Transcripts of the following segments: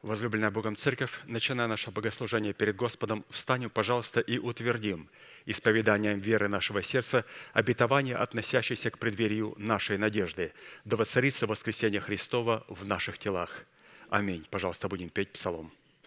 Возлюбленная Богом Церковь, начиная наше богослужение перед Господом, встанем, пожалуйста, и утвердим исповеданием веры нашего сердца обетование, относящееся к преддверию нашей надежды, да воцарится воскресение Христова в наших телах. Аминь. Пожалуйста, будем петь псалом.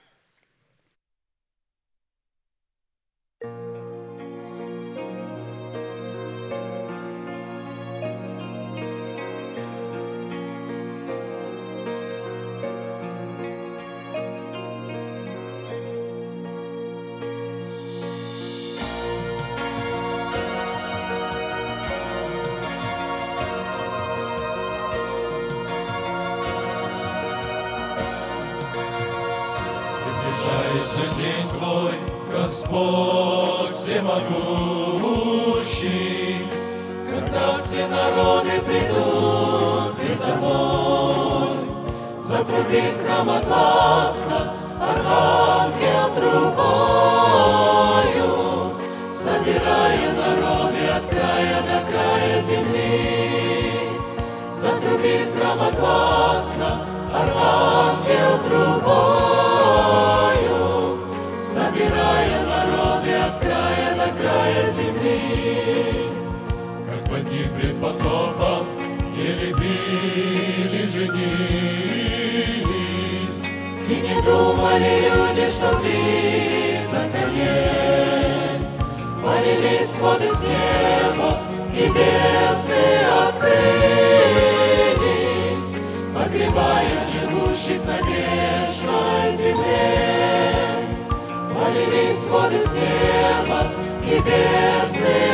Приближается день Твой, Господь всемогущий, когда все народы придут пред Тобой. Затрубит громогласно архангел трубою, собирая народы от края до края земли. Затрубит громогласно архангел трубою, собирая народы от края до края земли. Как в одни пред потопом ели, пили, женились, и не думали люди, что близок конец. Полились воды с неба, и бездны открылись, погребая живущих на грешной земле. Полились воды с неба, и бездны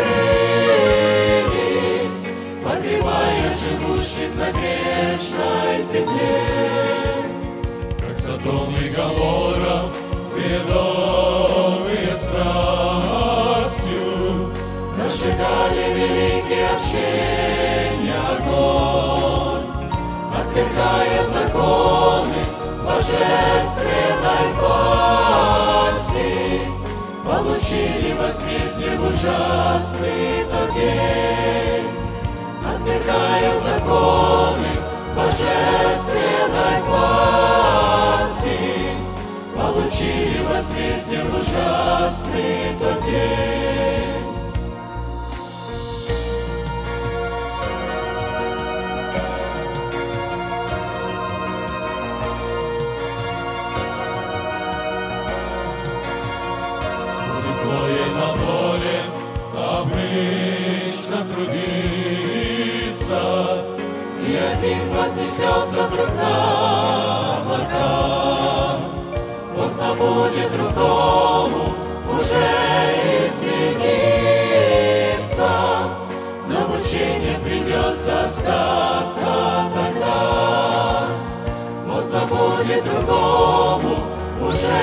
открылись, погребая живущих на грешной земле. Как Содом и Гоморра, ведомые страстью, разжигали великий общения огонь, отвергая законы божественной власти, получили возмездие в ужасный тот день. Отвергая законы божественной власти, получили возмездие в ужасный тот день. На поле обычно трудиться, и один вознесется друг на облака. Поздно будет другому уже измениться, но мучение придется остаться тогда. Поздно будет другому уже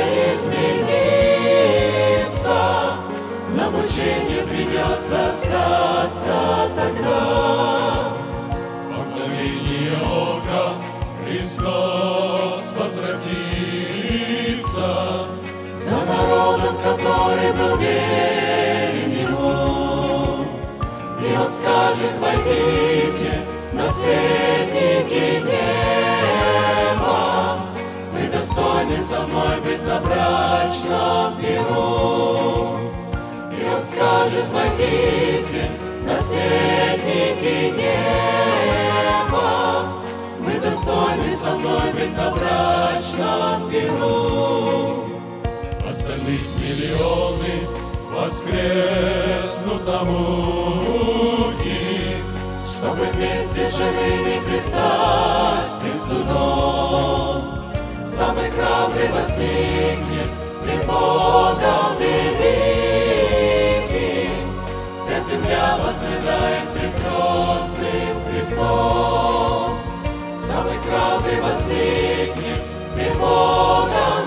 измениться, на мучение придется остаться тогда. По мгновению ока Христос возвратится за народом, который был верен Ему. И Он скажет: войдите, наследники неба, вы достойны со мной быть на брачном пиру. И Он скажет: войдите, наследники неба, вы достойны со мной быть на брачном пиру. Остальных миллионы воскреснут на муки, чтобы вместе живыми предстать пред судом. Самый храбрый возникнет пред Богом великим, вся земля возрыдает пред грозным Христом. Самый храбрый возникнет пред Богом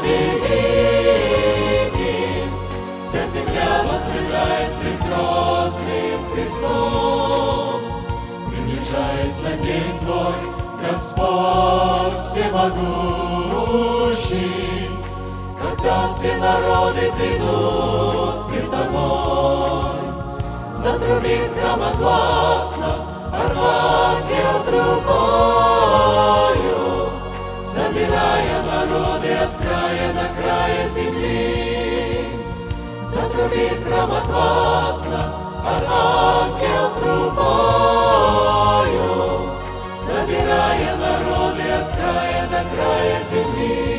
великим, вся земля возрыдает пред грозным Христом. Приближается день Твой, Господь всемогущий, когда все народы придут пред Тобой. Затрубит громогласно архангел трубою, собирая края земли. Затрубит громогласно архангел трубою, собирая народы от края до края земли.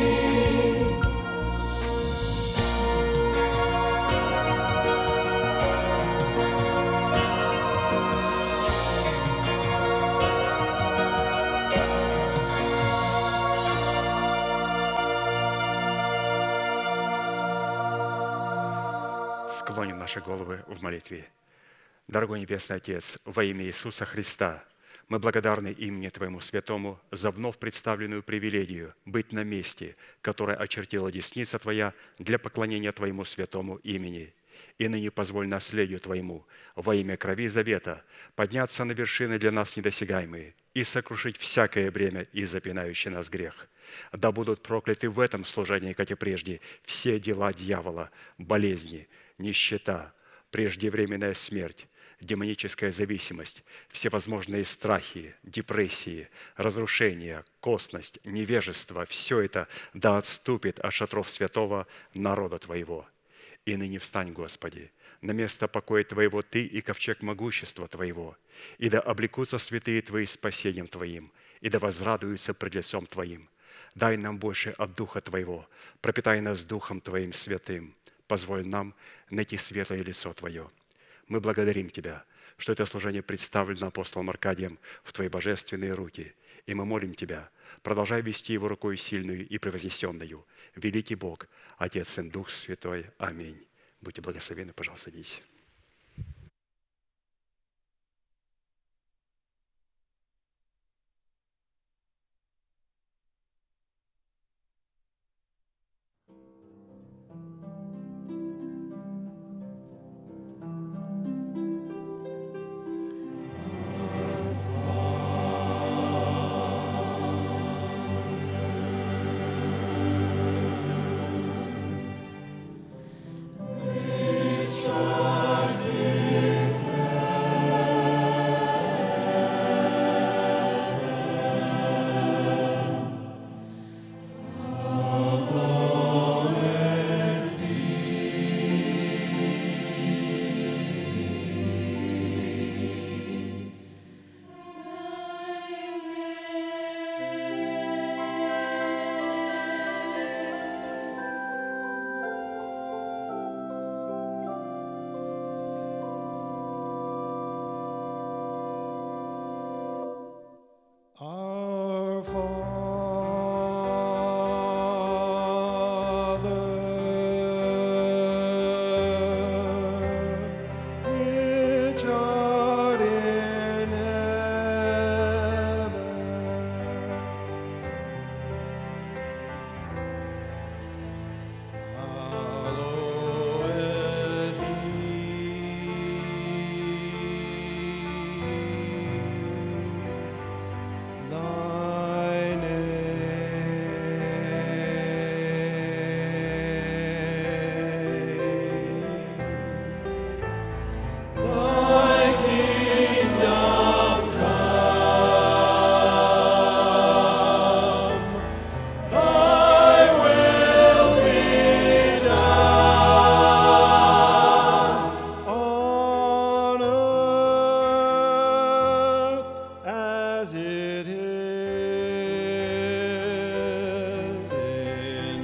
Склоним наши головы в молитве. Дорогой Небесный Отец, во имя Иисуса Христа, мы благодарны имени Твоему Святому за вновь представленную привилегию быть на месте, которое очертила десница Твоя для поклонения Твоему святому имени. И ныне позволь наследию Твоему во имя крови завета подняться на вершины для нас недосягаемые и сокрушить всякое бремя и запинающий нас грех. Да будут прокляты в этом служении, как и прежде, все дела дьявола, болезни, нищета, преждевременная смерть, демоническая зависимость, всевозможные страхи, депрессии, разрушения, косность, невежество – все это да отступит от шатров святого народа Твоего. И ныне встань, Господи, на место покоя Твоего Ты и ковчег могущества Твоего, и да облекутся святые Твои спасением Твоим, и да возрадуются пред лицом Твоим. Дай нам больше от Духа Твоего, пропитай нас Духом Твоим святым, позволь нам найти светлое лицо Твое. Мы благодарим Тебя, что это служение представлено апостолом Аркадием в Твои божественные руки, и мы молим Тебя, продолжай вести его рукой сильную и превознесенную. Великий Бог, Отец, Сын, Дух Святой. Аминь. Будьте благословенны, пожалуйста, садитесь. Our Father, which art in heaven, hallowed be thy name. Thy kingdom come, thy will be done on earth as it is in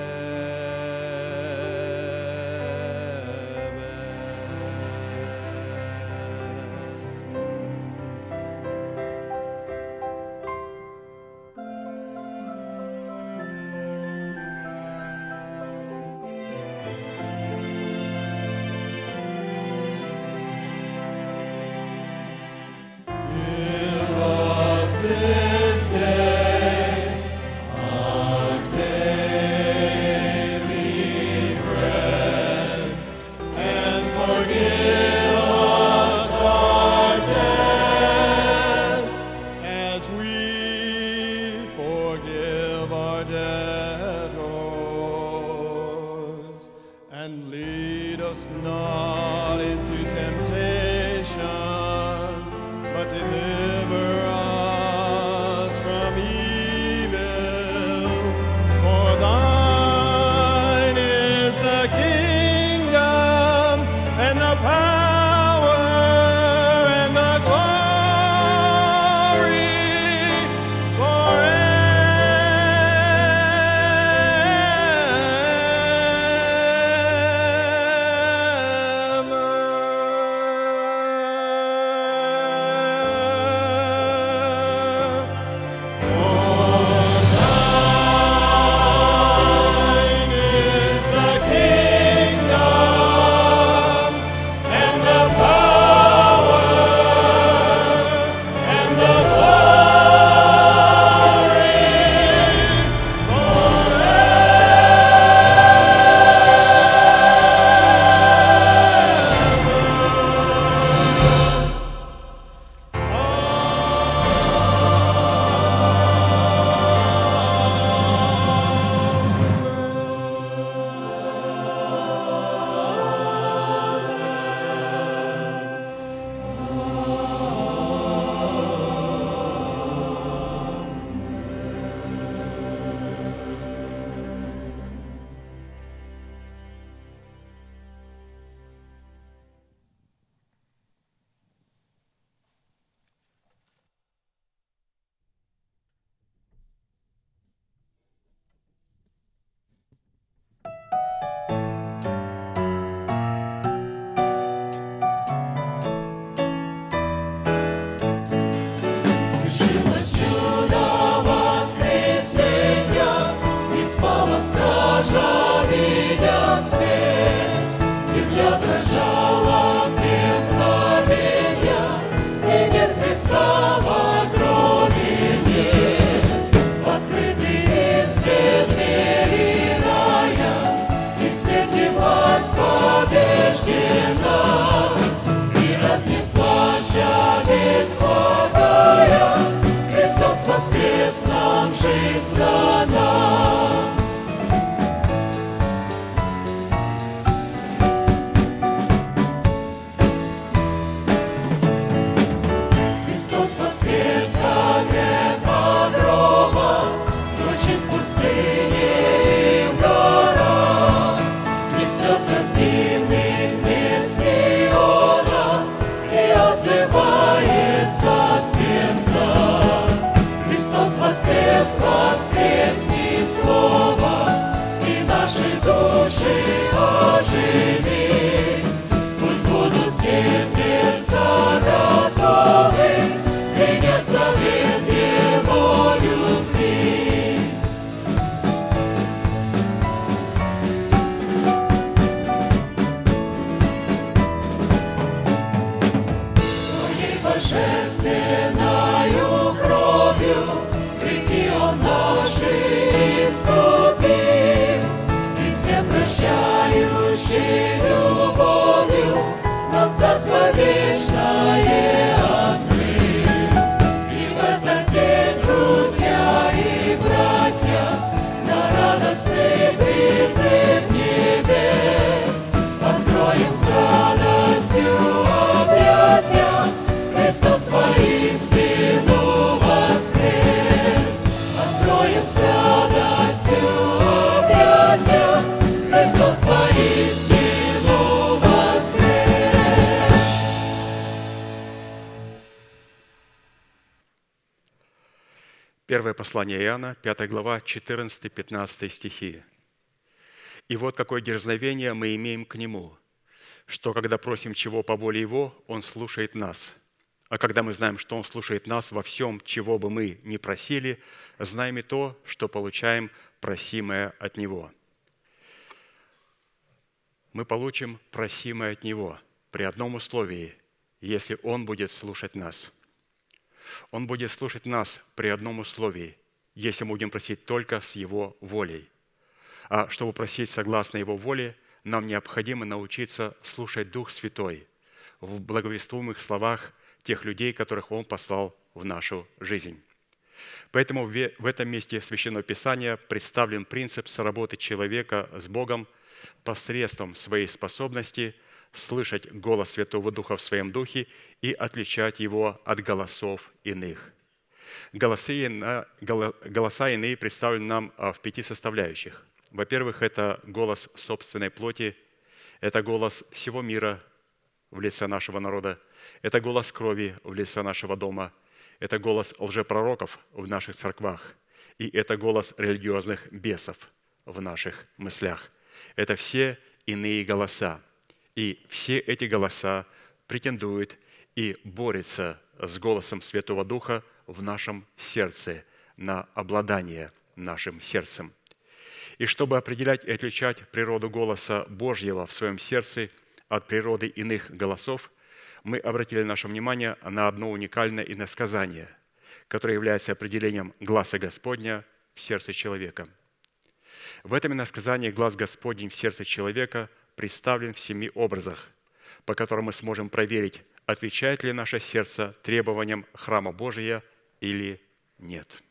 Give us this day our daily bread, and forgive us our debts, as we forgive our debtors, and lead us not into temptation, but deliver us from evil. For thine рождена, и разнеслась весть благая, Христос воскрес, нам жизнь дана. Христос воскрес, как эхо грома, звучит в пустыне и в горах, несется с дивным мест Сиона и отзывается в сердцах. Христос воскрес, воскресни снова, и наши души оживи. Пусть будут все сердца готовы принять завет Его любви. Своей божественною кровью грехи Он наши искупил, и все прощающий любовью нам Царство вечное открыл. И в этот день, друзья и братья, на радостный призыв небес откроем с радостью объятия. Христос воистину воскрес. Откроем с радостью объятия. Христос воистину воскрес. Первое послание Иоанна, 5 глава, 14-15 стихи. «И вот какое дерзновение мы имеем к Нему, что, когда просим чего по воле Его, Он слушает нас. А когда мы знаем, что Он слушает нас во всем, чего бы мы ни просили, знаем и то, что получаем просимое от Него». Мы получим просимое от Него при одном условии, если Он будет слушать нас. Он будет слушать нас при одном условии, если мы будем просить только с Его волей. А чтобы просить согласно Его воле, нам необходимо научиться слушать Дух Святой в благовествуемых словах тех людей, которых Он послал в нашу жизнь. Поэтому в этом месте Священного Писания представлен принцип соработы человека с Богом посредством своей способности слышать голос Святого Духа в своем духе и отличать его от голосов иных. Голоса иные представлены нам в 5 составляющих. Во-первых, это голос собственной плоти, это голос всего мира в лице нашего народа, это голос крови в лице нашего дома, это голос лжепророков в наших церквах, и это голос религиозных бесов в наших мыслях. Это все иные голоса. И все эти голоса претендуют и борются с голосом Святого Духа в нашем сердце, на обладание нашим сердцем. И чтобы определять и отличать природу голоса Божьего в своем сердце от природы иных голосов, мы обратили наше внимание на одно уникальное иносказание, которое является определением гласа Господня в сердце человека. В этом иносказании глас Господень в сердце человека представлен в 7 образах, по которым мы сможем проверить, отвечает ли наше сердце требованиям храма Божия или нет.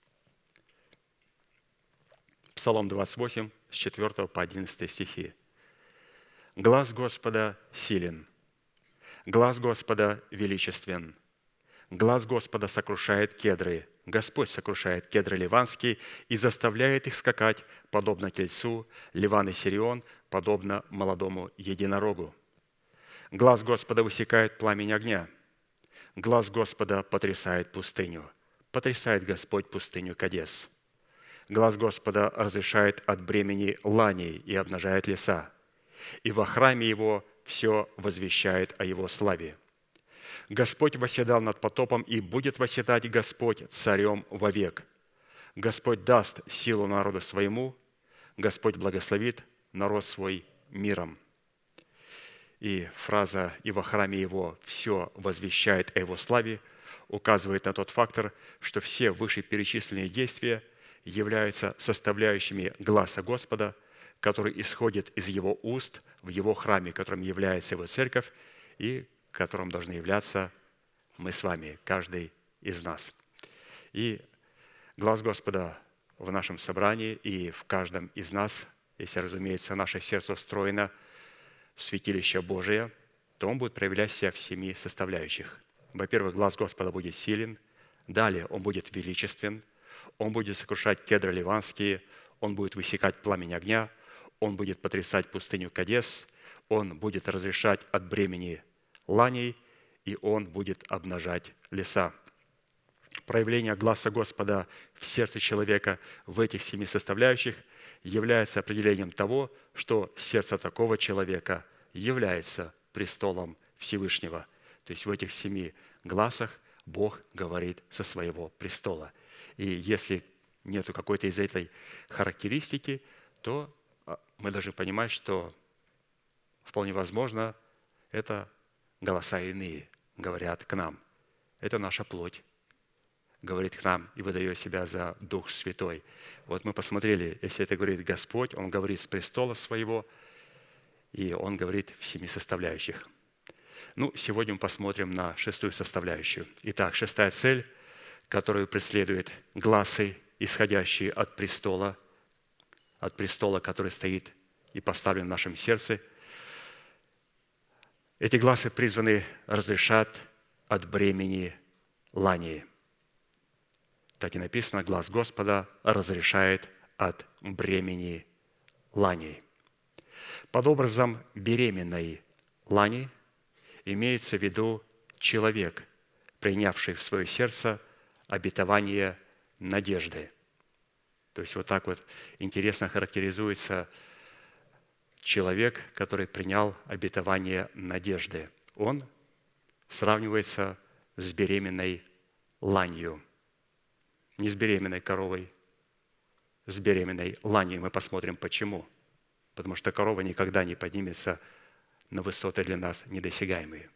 Псалом 28, с 4 по 11 стихи. «Глас Господа силен, глас Господа величествен, глас Господа сокрушает кедры, Господь сокрушает кедры ливанские и заставляет их скакать, подобно тельцу, Ливан и Сирион, подобно молодому единорогу. Глас Господа высекает пламень огня, глас Господа потрясает пустыню, потрясает Господь пустыню Кадес. Глас Господа разрешает от бремени ланей и обнажает леса, и во храме Его все возвещает о Его славе. Господь восседал над потопом, и будет восседать Господь царем вовек. Господь даст силу народу своему, Господь благословит народ свой миром». И фраза «и во храме Его все возвещает о Его славе» указывает на тот фактор, что все вышеперечисленные действия являются составляющими гласа Господа, который исходит из Его уст в Его храме, которым является Его церковь и которым должны являться мы с вами, каждый из нас. И глаз Господа в нашем собрании и в каждом из нас, если, разумеется, наше сердце устроено в святилище Божие, то он будет проявлять себя в 7 составляющих. Во-первых, глаз Господа будет силен, далее он будет величествен, он будет сокрушать кедры ливанские, он будет высекать пламень огня, он будет потрясать пустыню Кадес, он будет разрешать от бремени ланей, и он будет обнажать леса. Проявление гласа Господа в сердце человека в этих 7 составляющих является определением того, что сердце такого человека является престолом Всевышнего. То есть в этих 7 гласах Бог говорит со своего престола. И если нету какой-то из этой характеристики, то мы должны понимать, что вполне возможно, это голоса иные говорят к нам. Это наша плоть говорит к нам и выдает себя за Дух Святой. Вот мы посмотрели, если это говорит Господь, Он говорит с престола Своего, и Он говорит в 7 составляющих. Сегодня мы посмотрим на 6-ю составляющую. Итак, 6-я цель, которую преследует гласы, исходящие от престола, который стоит и поставлен в нашем сердце. Эти гласы призваны разрешать от бремени лании. Так и написано, глас Господа разрешает от бремени лании. Под образом беременной лани имеется в виду человек, принявший в свое сердце обетование надежды. То есть вот так вот интересно характеризуется человек, который принял обетование надежды. Он сравнивается с беременной ланью. Не с беременной коровой, с беременной ланью. Мы посмотрим, почему. Потому что корова никогда не поднимется на высоты для нас недосягаемые.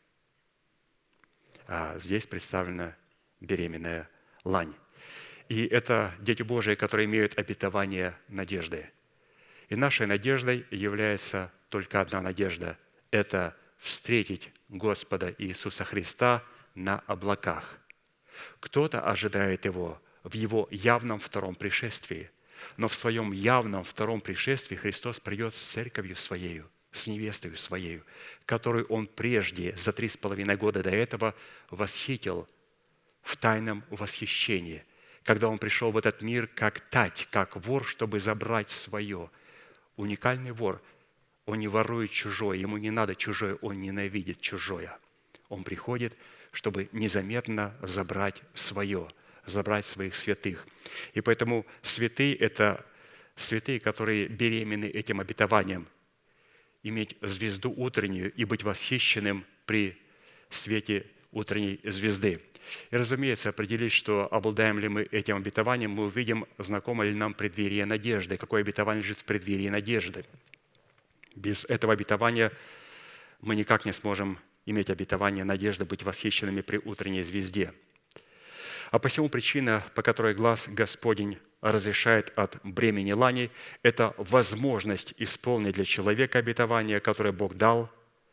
А здесь представлена беременная лань. И это дети Божии, которые имеют обетование надежды. И нашей надеждой является только одна надежда – это встретить Господа Иисуса Христа на облаках. Кто-то ожидает Его в Его явном втором пришествии, но в Своем явном втором пришествии Христос придет с церковью Своею, с невестой Своею, которую Он прежде, за 3,5 года до этого, восхитил в тайном восхищении, когда Он пришел в этот мир как тать, как вор, чтобы забрать свое. Уникальный вор, он не ворует чужое, ему не надо чужое, он ненавидит чужое. Он приходит, чтобы незаметно забрать свое, забрать своих святых. И поэтому святые – это святые, которые беременны этим обетованием, иметь звезду утреннюю и быть восхищенным при свете утренней звезды. И, разумеется, определить, что обладаем ли мы этим обетованием, мы увидим, знакомо ли нам преддверие надежды, какое обетование лежит в преддверии надежды. Без этого обетования мы никак не сможем иметь обетование надежды, быть восхищенными при утренней звезде. А посему причина, по которой глас Господень разрешает от бремени лани, это возможность исполнить для человека обетование, которое Бог дал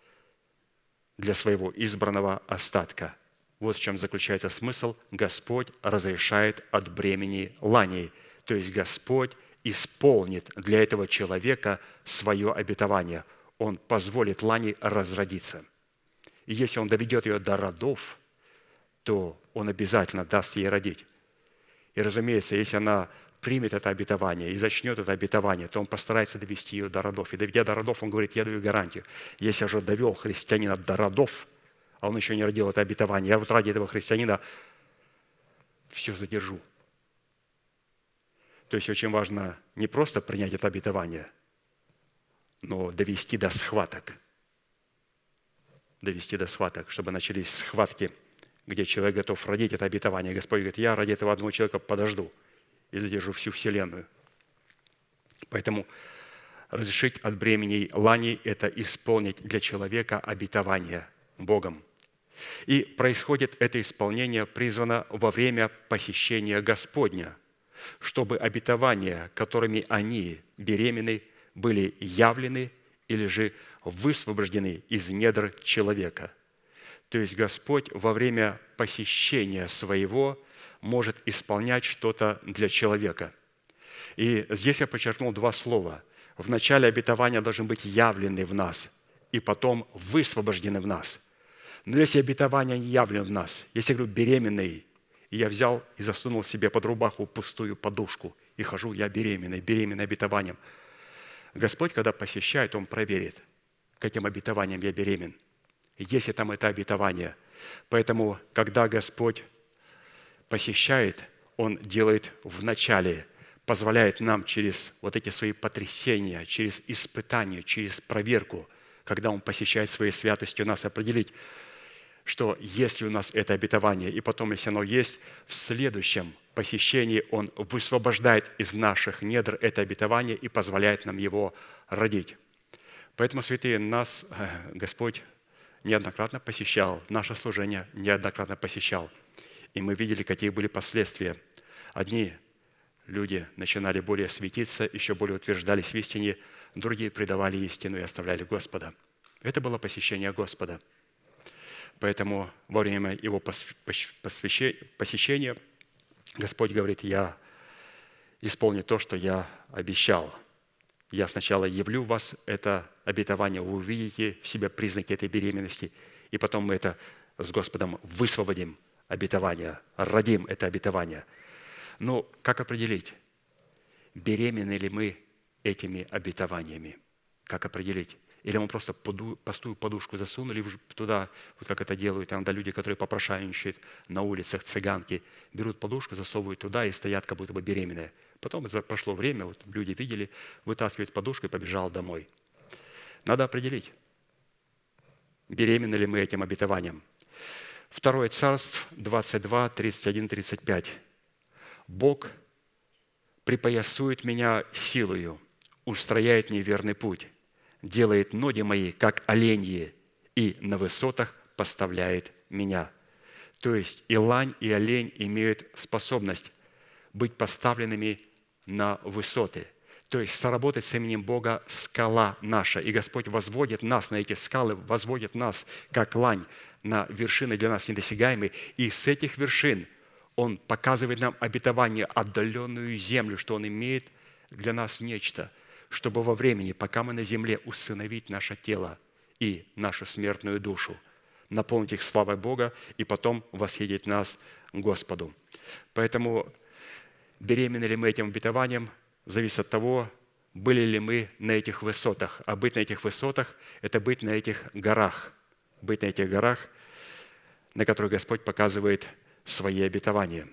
для своего избранного остатка. Вот в чем заключается смысл. Господь разрешает от бремени лани. То есть Господь исполнит для этого человека свое обетование. Он позволит лани разродиться. И если Он доведет ее до родов, то Он обязательно даст ей родить. И, разумеется, если она примет это обетование и зачнет это обетование, то Он постарается довести ее до родов. И доведя до родов, Он говорит, я даю гарантию. Если я же довел христианина до родов, а он еще не родил это обетование, я вот ради этого христианина все задержу. То есть очень важно не просто принять это обетование, но довести до схваток. Довести до схваток, чтобы начались схватки, где человек готов родить это обетование. Господь говорит, я ради этого одного человека подожду и задержу всю вселенную. Поэтому разрешить от бремени лани – это исполнить для человека обетование Богом. И происходит это исполнение, призвано во время посещения Господня, чтобы обетования, которыми они беременны, были явлены или же высвобождены из недр человека. То есть Господь во время посещения своего может исполнять что-то для человека. И здесь я подчеркнул два слова. В начале обетования должны быть явлены в нас, и потом высвобождены в нас. Но если обетование не явлено в нас, если я говорю беременный, и я взял и засунул себе под рубаху пустую подушку, и хожу, я беременный обетованием. Господь, когда посещает, Он проверит, к этим обетованиям я беремен. Есть ли там это обетование? Поэтому, когда Господь посещает, Он делает в начале, позволяет нам через вот эти свои потрясения, через испытания, через проверку, когда Он посещает своей святостью нас, определить, что есть ли у нас это обетование, и потом, если оно есть, в следующем посещении Он высвобождает из наших недр это обетование и позволяет нам его родить. Поэтому, святые, нас Господь неоднократно посещал, наше служение неоднократно посещал. И мы видели, какие были последствия. Одни люди начинали более светиться, еще более утверждались в истине, другие предавали истину и оставляли Господа. Это было посещение Господа. Поэтому во время Его посещения Господь говорит: «Я исполню то, что я обещал. Я сначала явлю в вас это обетование, вы увидите в себе признаки этой беременности, и потом мы это с Господом высвободим обетование, родим это обетование». Но как определить, беременны ли мы этими обетованиями? Как определить? Или мы просто пустую подушку засунули туда, вот как это делают иногда люди, которые попрошайничают на улицах, цыганки, берут подушку, засовывают туда и стоят, как будто бы беременные. Потом прошло время, вот люди видели, вытаскивают подушку и побежал домой. Надо определить, беременны ли мы этим обетованием. 2 Царств 22, 31, 35. «Бог припоясует меня силою, устрояет мне верный путь, делает ноги мои, как оленьи, и на высотах поставляет меня». То есть и лань, и олень имеют способность быть поставленными на высоты. То есть соработать с именем Бога скала наша. И Господь возводит нас на эти скалы, возводит нас, как лань, на вершины для нас недосягаемые. И с этих вершин Он показывает нам обетование, отдаленную землю, что Он имеет для нас нечто, чтобы во времени, пока мы на земле, усыновить наше тело и нашу смертную душу, наполнить их славой Бога и потом восхитить нас Господу. Поэтому беременны ли мы этим обетованием, зависит от того, были ли мы на этих высотах. А быть на этих высотах – это быть на этих горах. Быть на этих горах, на которых Господь показывает свои обетования.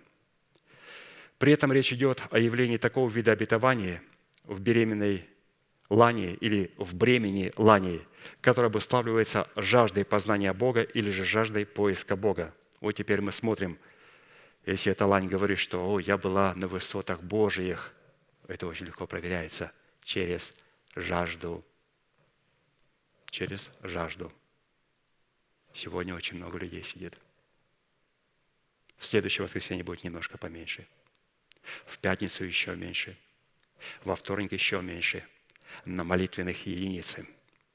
При этом речь идет о явлении такого вида обетования в беременной лани или в бремени лани, которое обуславливается жаждой познания Бога или же жаждой поиска Бога. Вот теперь мы смотрим, если эта лань говорит, что «О, я была на высотах Божиих», это очень легко проверяется через жажду. Через жажду. Сегодня очень много людей сидит. В следующее воскресенье будет немножко поменьше. В пятницу еще меньше. Во вторник еще меньше. На молитвенных единицы.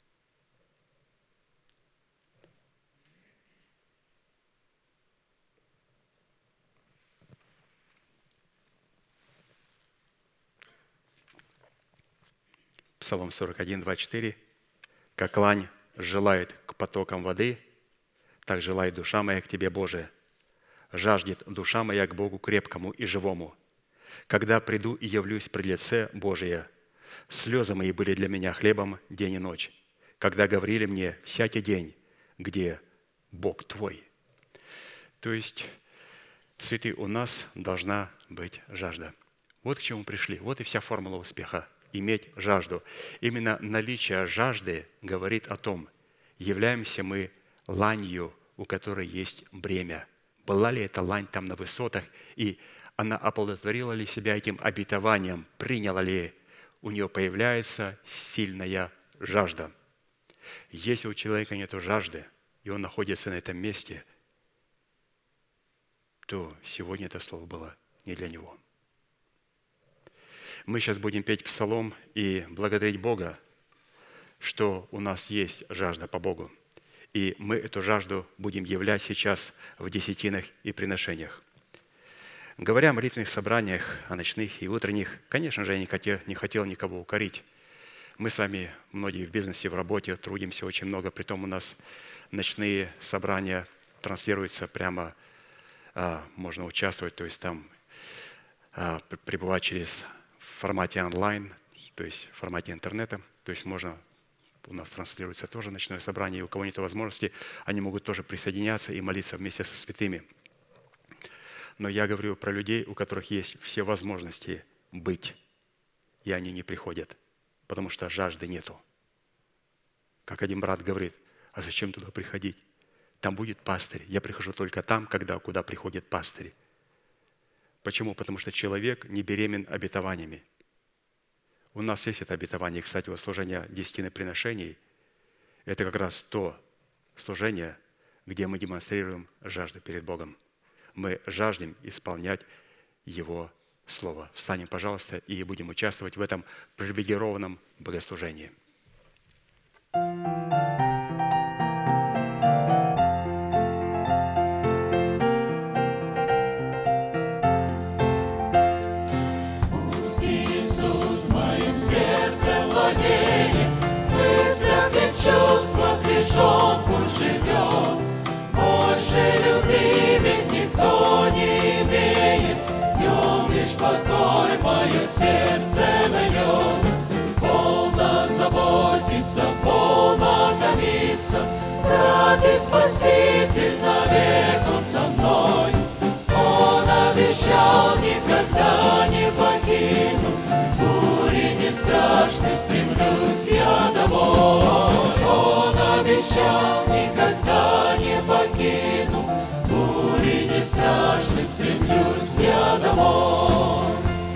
Псалом 41, 24. «Как лань желает к потокам воды, так желает душа моя к Тебе, Боже. Жаждет душа моя к Богу крепкому и живому. Когда приду и явлюсь пред лице Божие, слезы мои были для меня хлебом день и ночь, когда говорили мне всякий день, где Бог Твой». То есть, святые, у нас должна быть жажда. Вот к чему пришли. Вот и вся формула успеха. Иметь жажду. Именно наличие жажды говорит о том, являемся мы ланью, у которой есть бремя. Была ли эта лань там на высотах, и она оплодотворила ли себя этим обетованием, приняла ли, у нее появляется сильная жажда. Если у человека нет жажды, и он находится на этом месте, то сегодня это слово было не для него. Мы сейчас будем петь псалом и благодарить Бога, что у нас есть жажда по Богу. И мы эту жажду будем являть сейчас в десятинах и приношениях. Говоря о молитвенных собраниях, о ночных и утренних, конечно же, я не хотел никого укорить. Мы с вами, многие в бизнесе, в работе, трудимся очень много, притом у нас ночные собрания транслируются прямо, можно участвовать, то есть там пребывать в формате онлайн, то есть в формате интернета, то есть можно, у нас транслируется тоже ночное собрание, и у кого нет возможности, они могут тоже присоединяться и молиться вместе со святыми. Но я говорю про людей, у которых есть все возможности быть, и они не приходят, потому что жажды нету. Как один брат говорит, а зачем туда приходить? Там будет пастырь. Я прихожу только там, куда приходят пастыри. Почему? Потому что человек не беремен обетованиями. У нас есть это обетование, кстати, во служении десятины приношений. Это как раз то служение, где мы демонстрируем жажду перед Богом. Мы жаждем исполнять Его Слово. Встанем, пожалуйста, и будем участвовать в этом привилегированном богослужении. Иисус в моем сердце владеет, в мыслях и чувствах лишь Он пусть живет. Больше любви ведь никто не имеет, в Нем лишь покой мое сердце дает. Полно заботиться, полно томиться, брат и Спаситель, навек Он со мной. Он обещал, никогда не покину, бури не страшны, стремлюсь я домой. Он обещал, никогда не покину, бури не страшны, стремлюсь я домой.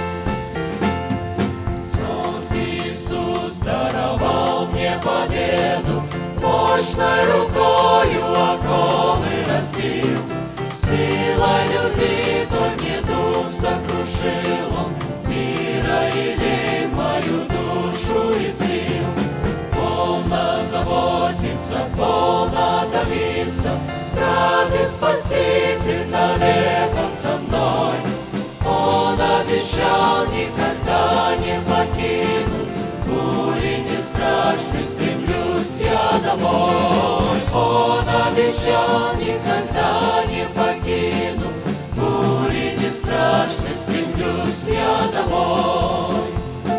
Снос Иисус даровал мне победу, мощной рукою оковы разбил. Силой любви той мне дух сокрушил Он, мира или мою душу излил. Полно заботиться, полно томиться, брат и Спаситель, навек Он со мной. Он обещал, никогда не покину, бури не страшны, стремлюсь я домой. Он обещал, никогда не покину, бури не страшны, стремлюсь я домой.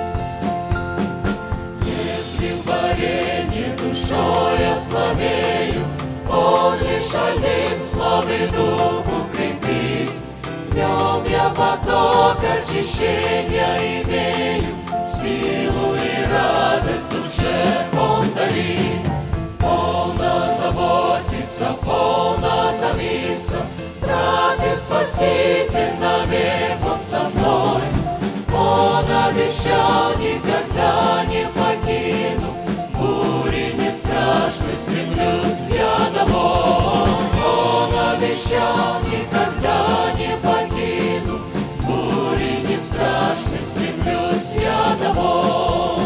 Если в борении душой ослабею, Он лишь один слабый дух укрепит. В Нем я поток очищения имею, силу и радость душе Он дарит. Полно заботиться, полно томиться, брат и Спаситель, навек Он со мной. Он обещал, никогда не покину, бури не страшны, стремлюсь я домой. Он обещал, никогда не покину, бури не страшны, стремлюсь я домой.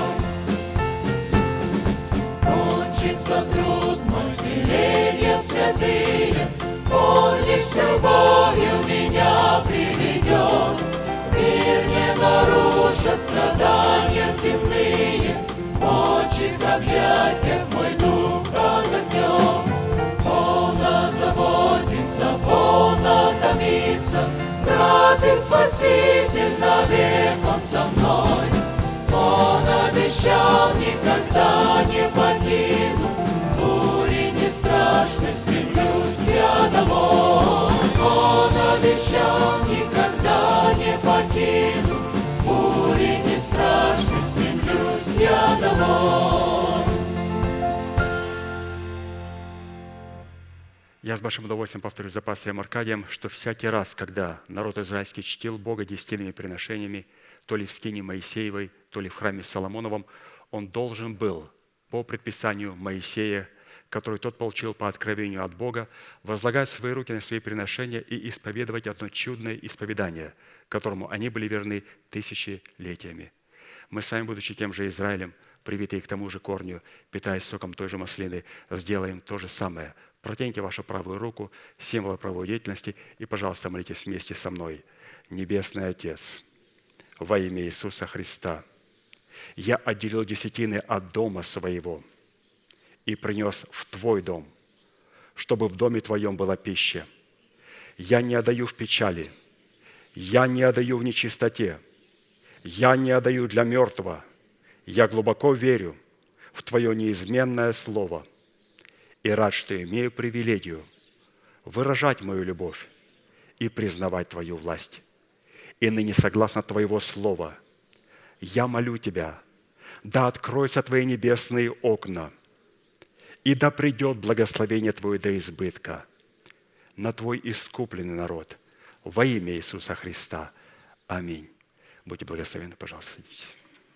Кончится труд мой, селенья святые, Он лишь с любовью меня приведет. Мир не нарушат страдания земные, в отчих объятиях мой дух отдохнет. Полно заботиться, полно томиться, брат и Спаситель, навек Он со мной. Он обещал, никогда не покину, бури не страшны, стремлюсь я домой. Он обещал, никогда не покину, бури не страшны, стремлюсь я домой. Я с большим удовольствием повторю за пастырем Аркадием, что всякий раз, когда народ израильский чтил Бога десятинными приношениями, то ли в скине Моисеевой, то ли в храме Соломоновом, он должен был по предписанию Моисея, который тот получил по откровению от Бога, возлагать свои руки на свои приношения и исповедовать одно чудное исповедание, которому они были верны тысячелетиями. Мы с вами, будучи тем же Израилем, привитые к тому же корню, питаясь соком той же маслины, сделаем то же самое. Протяните вашу правую руку, символ правовой деятельности, и, пожалуйста, молитесь вместе со мной. Небесный Отец, во имя Иисуса Христа, я отделил десятины от дома своего и принес в Твой дом, чтобы в доме Твоем была пища. Я не отдаю в печали, я не отдаю в нечистоте, я не отдаю для мертвого. Я глубоко верю в Твое неизменное Слово и рад, что имею привилегию выражать мою любовь и признавать Твою власть. И ныне, согласно Твоего Слова, я молю Тебя, да откроются Твои небесные окна, и да придет благословение Твое до избытка на Твой искупленный народ во имя Иисуса Христа. Аминь. Будьте благословенны, пожалуйста, садитесь.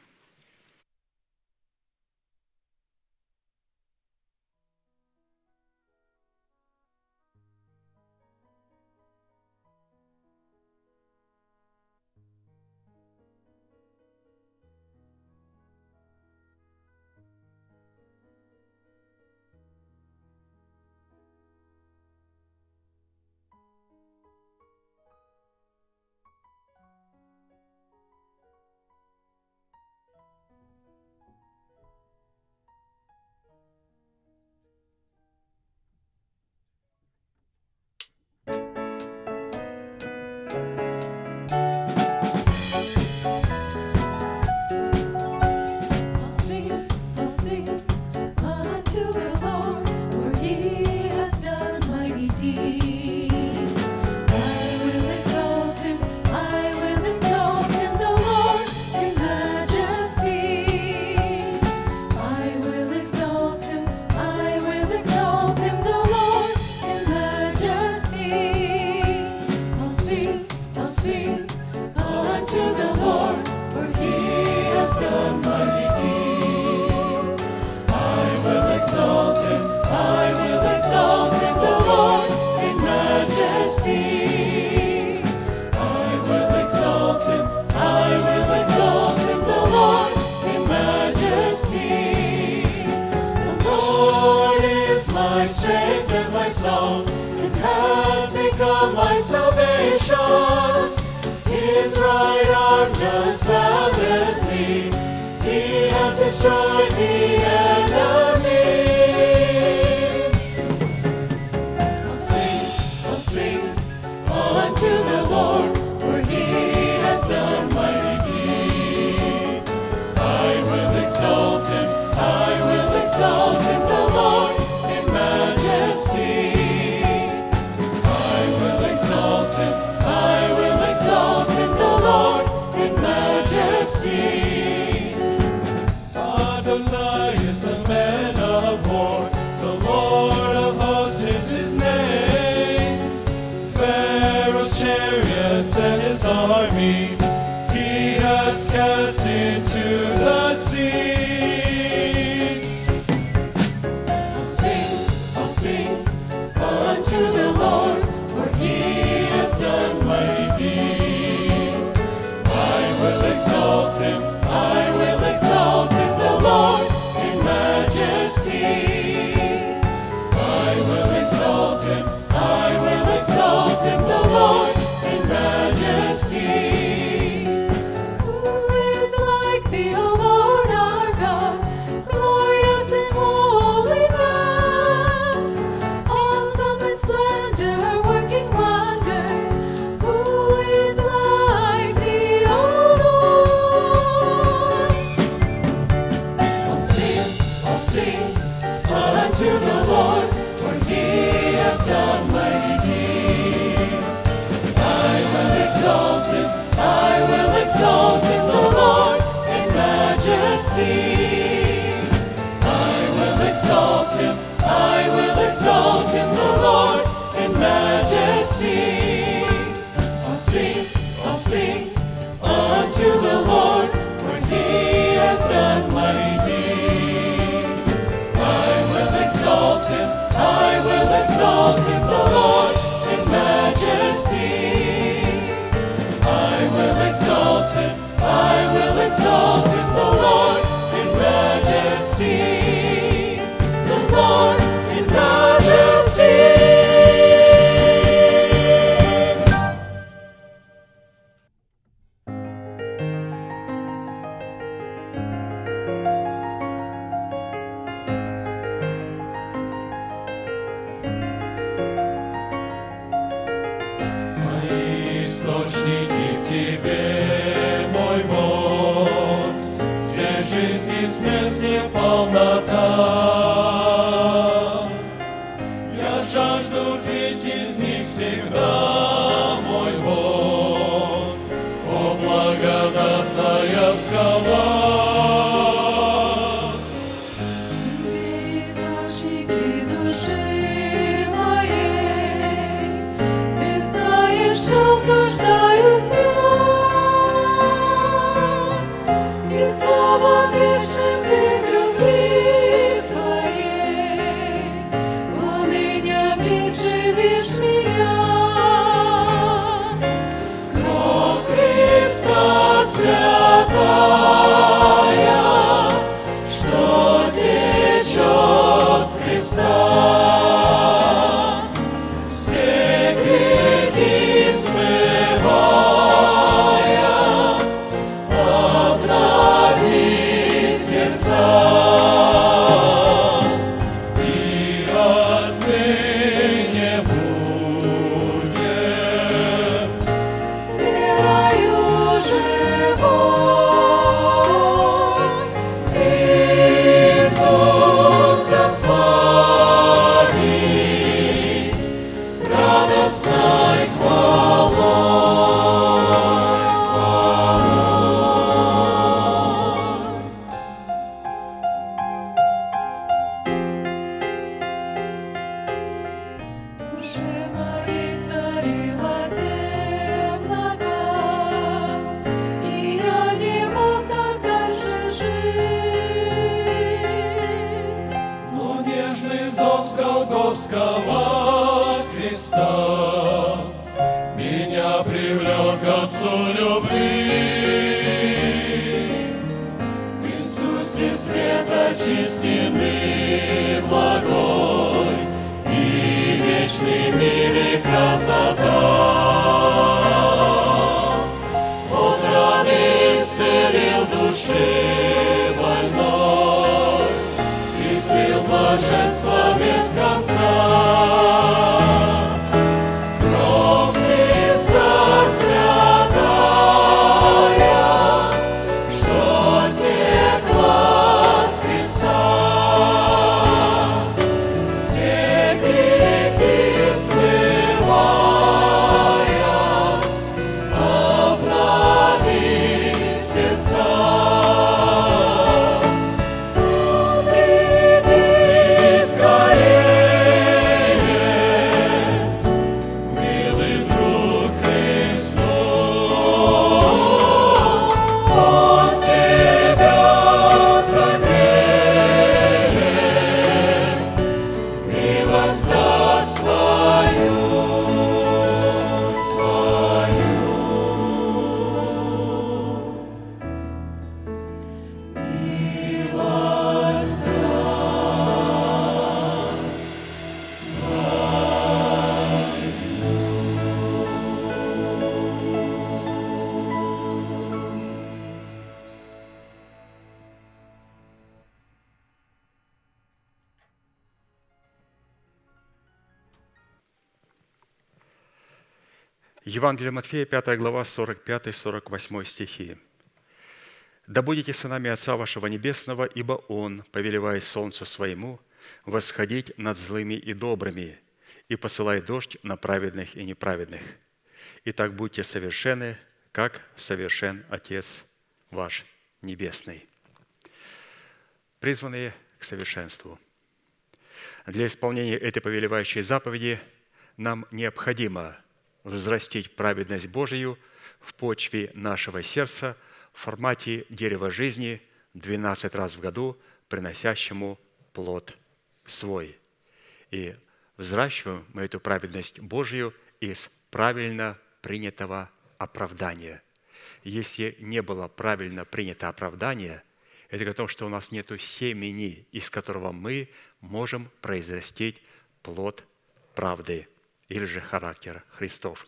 I'll sing unto the Lord, for He has done mighty deeds. I will exalt Him, the Lord in majesty. I will exalt Him, the Lord in majesty. I'll sing unto the Lord, for He has done mighty deeds. I will exalt Him, the Lord in majesty. I will exalt Him, the Lord in majesty. The Lord is my strength and my song, and has become my salvation. His right arm does valiantly, He has destroyed the enemy. I'll sing unto the Lord, for He has done mighty deeds. I will exalt Him, the Lord in majesty. I will exalt Him, the Lord in majesty. Adonai is a man of war, the Lord of hosts is His name. Pharaoh's chariots and his army He has cast into the sea. I'll sing unto the Lord, for He has done mighty deeds. I will exalt Him, the Lord in majesty. I will exalt Him, the Lord in majesty. Who is like Thee, O Lord our God, glorious in holiness, awesome in splendor, working wonders? Who is like Thee, O Lord? I'll sing unto the Lord, for He has done mighty deeds. I will exalt Him, the Lord in majesty. I will exalt Him, the Lord in majesty. I'll sing unto the Lord, for He has done mighty deeds. I will exalt Him, the Lord in majesty. I will exalt Him, жизни смеси полнота. Я жажду жить из них всегда, мой Бог, о благодатная скала. Тебе источники души моей, Ты знаешь, в чем нуждаюсь я, и словом вечным Ты в любви своей уныние облик живешь меня. Кровь Христа святая, что течет с креста, все грехи смывая, обновит сердца. И отныне будем с верою живой Иисуса славить радостной хвалой. Душе моей царила темнота, и я не мог так дальше жить. Но нежный зов с Голгофского креста меня привлек к Отцу любви. В Иисусе света чистины благой и вечный мир и красота. Он раны исцелил души больной и зрел блаженство без конца. Кровь Христа святая, что текла с креста, все грехи смывая, обновит сердца. Приди скорее, милый друг Христос, Он тебя согреет, милость даст свою. Милость даст Евангелие Матфея, 5 глава, 45-48 стихи. «Да будете сынами Отца вашего Небесного, ибо Он, повелевая солнцу своему, восходить над злыми и добрыми, и посылает дождь на праведных и неправедных. Итак, будьте совершенны, как совершен Отец ваш Небесный». Призванные к совершенству. Для исполнения этой повелевающей заповеди нам необходимо взрастить праведность Божию в почве нашего сердца в формате дерева жизни 12 раз в году, приносящему плод свой. И взращиваем мы эту праведность Божию из правильно принятого оправдания. Если не было правильно принято оправдание, это говорит о том, что у нас нет семени, из которого мы можем произрастить плод правды или же характер Христов.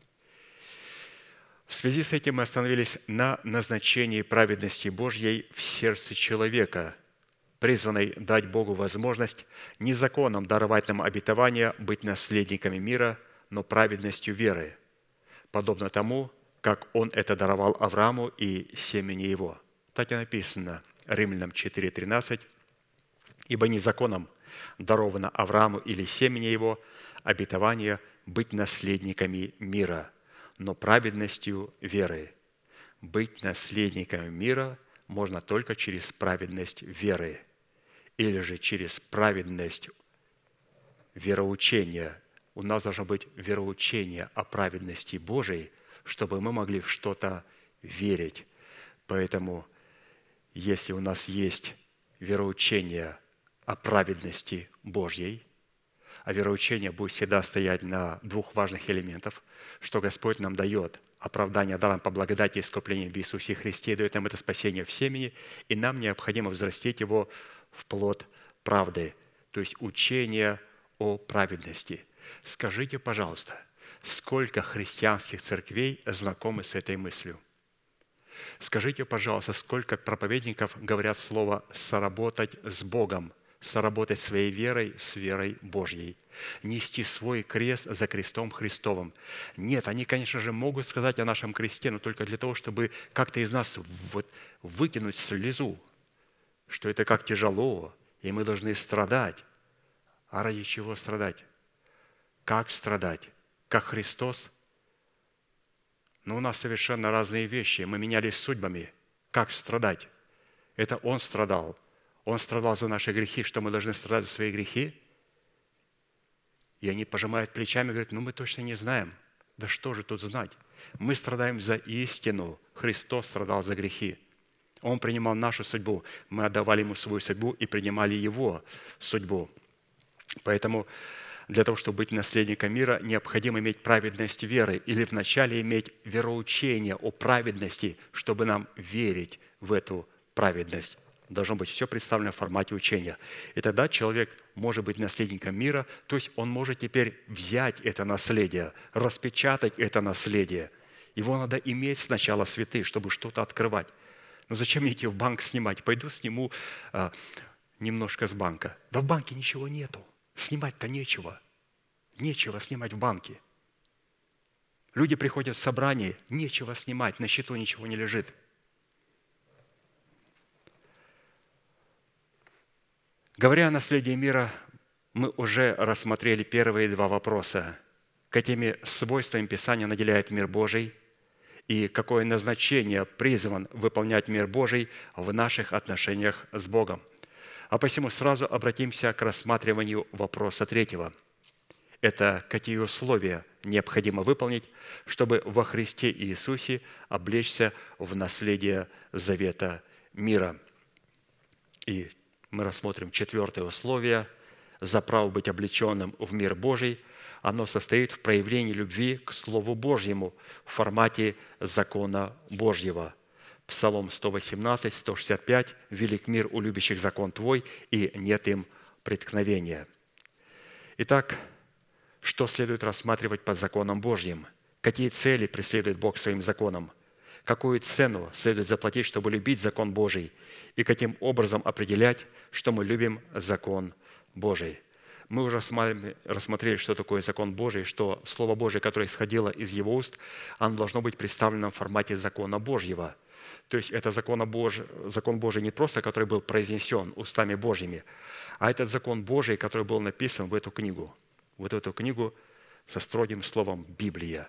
В связи с этим мы остановились на назначении праведности Божьей в сердце человека, призванной дать Богу возможность не законом даровать нам обетование быть наследниками мира, но праведностью веры, подобно тому, как Он это даровал Аврааму и семени его. Так и написано: Римлянам 4:13. «Ибо не законом даровано Аврааму или семени его обетование быть наследниками мира, но праведностью веры». Быть наследниками мира можно только через праведность веры, или же через праведность вероучения. У нас должно быть вероучение о праведности Божией, чтобы мы могли в что-то верить. Поэтому, если у нас есть вероучение о праведности Божьей, а вероучение будет всегда стоять на двух важных элементах, что Господь нам дает оправдание даром по благодати и искуплению в Иисусе Христе, дает нам это спасение в семени, и нам необходимо взрастить его в плод правды, то есть учение о праведности. Скажите, пожалуйста, сколько христианских церквей знакомы с этой мыслью? Скажите, пожалуйста, сколько проповедников говорят слово «соработать с Богом», соработать своей верой с верой Божьей, нести свой крест за крестом Христовым. Нет, они, конечно же, могут сказать о нашем кресте, но только для того, чтобы как-то из нас выкинуть слезу, что это как тяжело, и мы должны страдать. А ради чего страдать? Как страдать? Как Христос? Но у нас совершенно разные вещи. Мы менялись судьбами. Как страдать? Это Он страдал. Он страдал за наши грехи, что мы должны страдать за свои грехи? И они пожимают плечами и говорят, мы точно не знаем. Да что же тут знать? Мы страдаем за истину. Христос страдал за грехи. Он принимал нашу судьбу. Мы отдавали Ему свою судьбу и принимали Его судьбу. Поэтому для того, чтобы быть наследником мира, необходимо иметь праведность веры или вначале иметь вероучение о праведности, чтобы нам верить в эту праведность. Должно быть все представлено в формате учения. И тогда человек может быть наследником мира, то есть он может теперь взять это наследие, распечатать это наследие. Его надо иметь сначала святых, чтобы что-то открывать. Но зачем мне идти в банк снимать? Пойду сниму немножко с банка. Да в банке ничего нету. Снимать-то нечего. Нечего снимать в банке. Люди приходят в собрание, нечего снимать, на счету ничего не лежит. Говоря о наследии мира, мы уже рассмотрели первые два вопроса. Какими свойствами Писания наделяет мир Божий и какое назначение призван выполнять мир Божий в наших отношениях с Богом. А посему сразу обратимся к рассматриванию вопроса третьего. Это какие условия необходимо выполнить, чтобы во Христе Иисусе облечься в наследие завета мира. И мы рассмотрим четвертое условие. За право быть облеченным в мир Божий, оно состоит в проявлении любви к Слову Божьему в формате закона Божьего. Псалом 118, 165. «Велик мир у любящих закон Твой, и нет им преткновения». Итак, что следует рассматривать под законом Божьим? Какие цели преследует Бог своим законом? Какую цену следует заплатить, чтобы любить закон Божий? И каким образом определять, что мы любим закон Божий? Мы уже рассмотрели, что такое закон Божий, что Слово Божие, которое исходило из Его уст, оно должно быть представлено в формате закона Божьего. То есть это закон Божий не просто, который был произнесен устами Божьими, а этот закон Божий, который был написан в эту книгу. Вот эту книгу со строгим словом «Библия».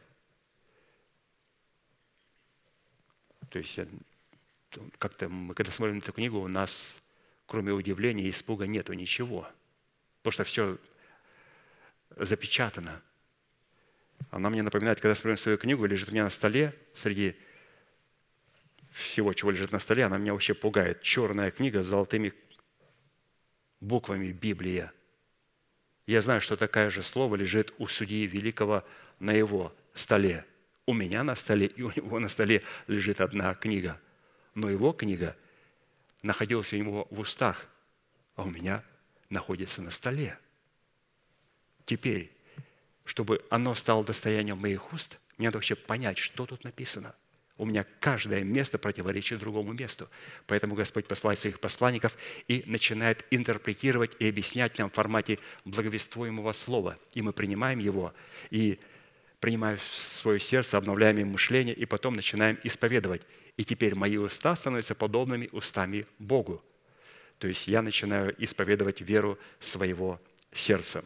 То есть как-то мы, когда смотрим на эту книгу, у нас, кроме удивления и испуга, нету ничего. Потому что все запечатано. Она мне напоминает, когда я смотрю на свою книгу, лежит у меня на столе, среди всего, чего лежит на столе, она меня вообще пугает. Черная книга с золотыми буквами «Библия». Я знаю, что такое же слово лежит у судьи великого на его столе. У меня на столе и у него на столе лежит одна книга. Но его книга находилась у него в устах, а у меня находится на столе. Теперь, чтобы оно стало достоянием моих уст, мне надо вообще понять, что тут написано. У меня каждое место противоречит другому месту. Поэтому Господь посылает своих посланников и начинает интерпретировать и объяснять нам в формате благовествуемого слова. И мы принимаем его и принимаем в свое сердце, обновляем им мышление и потом начинаем исповедовать. И теперь мои уста становятся подобными устами Богу. То есть я начинаю исповедовать веру своего сердца.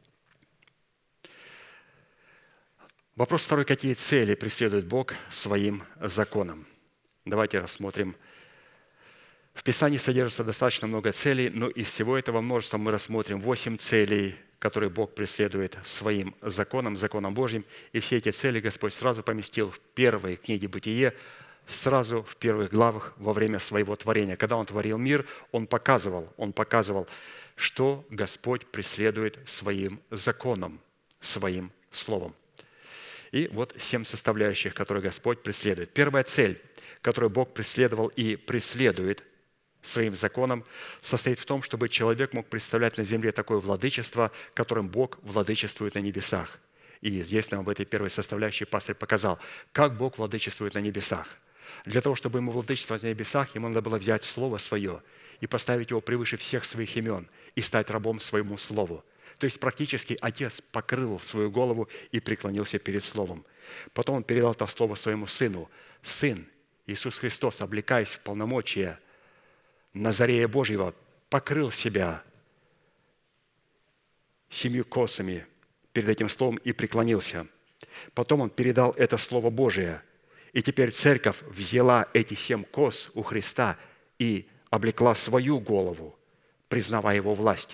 Вопрос второй. Какие цели преследует Бог своим законом? Давайте рассмотрим. В Писании содержится достаточно много целей, но из всего этого множества мы рассмотрим 8 целей, которые Бог преследует своим законом, законом Божьим. И все эти цели Господь сразу поместил в первой книге «Бытие», сразу в первых главах во время своего творения. Когда Он творил мир, Он показывал, что Господь преследует своим законом, своим словом. И вот 7 составляющих, которые Господь преследует. Первая цель, которую Бог преследовал и преследует своим законом, состоит в том, чтобы человек мог представлять на земле такое владычество, которым Бог владычествует на небесах. И здесь нам в этой первой составляющей пастырь показал, как Бог владычествует на небесах. Для того, чтобы ему владычествовать на небесах, ему надо было взять Слово Свое и поставить его превыше всех своих имен и стать рабом своему Слову. То есть практически Отец покрыл свою голову и преклонился перед Словом. Потом Он передал это Слово Своему Сыну. Сын Иисус Христос, облекаясь в полномочия Назарея Божьего, покрыл себя 7 косами перед этим Словом и преклонился. Потом Он передал это Слово Божие. И теперь Церковь взяла эти 7 кос у Христа и облекла свою голову, признавая Его власть.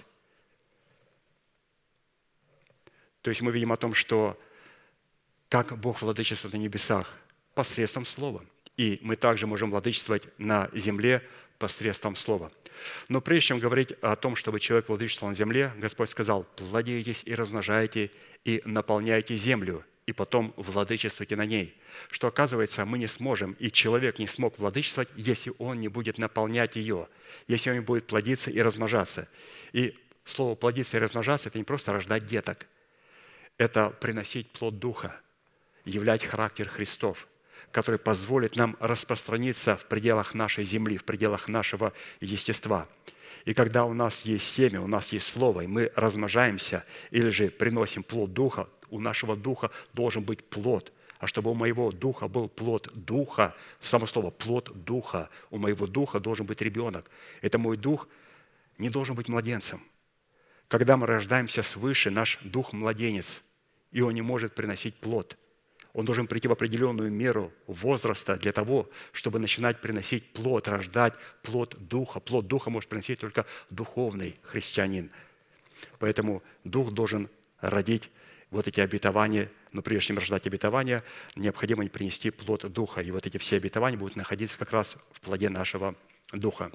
То есть мы видим о том, что как Бог владычествует на небесах посредством Слова. И мы также можем владычествовать на земле посредством Слова. Но прежде чем говорить о том, чтобы человек владычествовал на земле, Господь сказал: «Плодитесь и размножайте, и наполняйте землю, и потом владычествуйте на ней». Что, оказывается, мы не сможем, и человек не смог владычествовать, если он не будет наполнять ее, если он не будет плодиться и размножаться. И слово «плодиться и размножаться» – это не просто рождать деток, это приносить плод Духа, являть характер Христов, который позволит нам распространиться в пределах нашей земли, в пределах нашего естества. И когда у нас есть семя, у нас есть Слово, и мы размножаемся или же приносим плод Духа, у нашего Духа должен быть плод. А чтобы у моего Духа был плод Духа, само слово «плод Духа», у моего Духа должен быть ребенок. Это мой Дух не должен быть младенцем. Когда мы рождаемся свыше, наш Дух младенец, и он не может приносить плод. Он должен прийти в определенную меру возраста для того, чтобы начинать приносить плод, рождать плод Духа. Плод Духа может приносить только духовный христианин. Поэтому Дух должен родить вот эти обетования. Но прежде чем рождать обетования, необходимо принести плод Духа. И вот эти все обетования будут находиться как раз в плоде нашего Духа.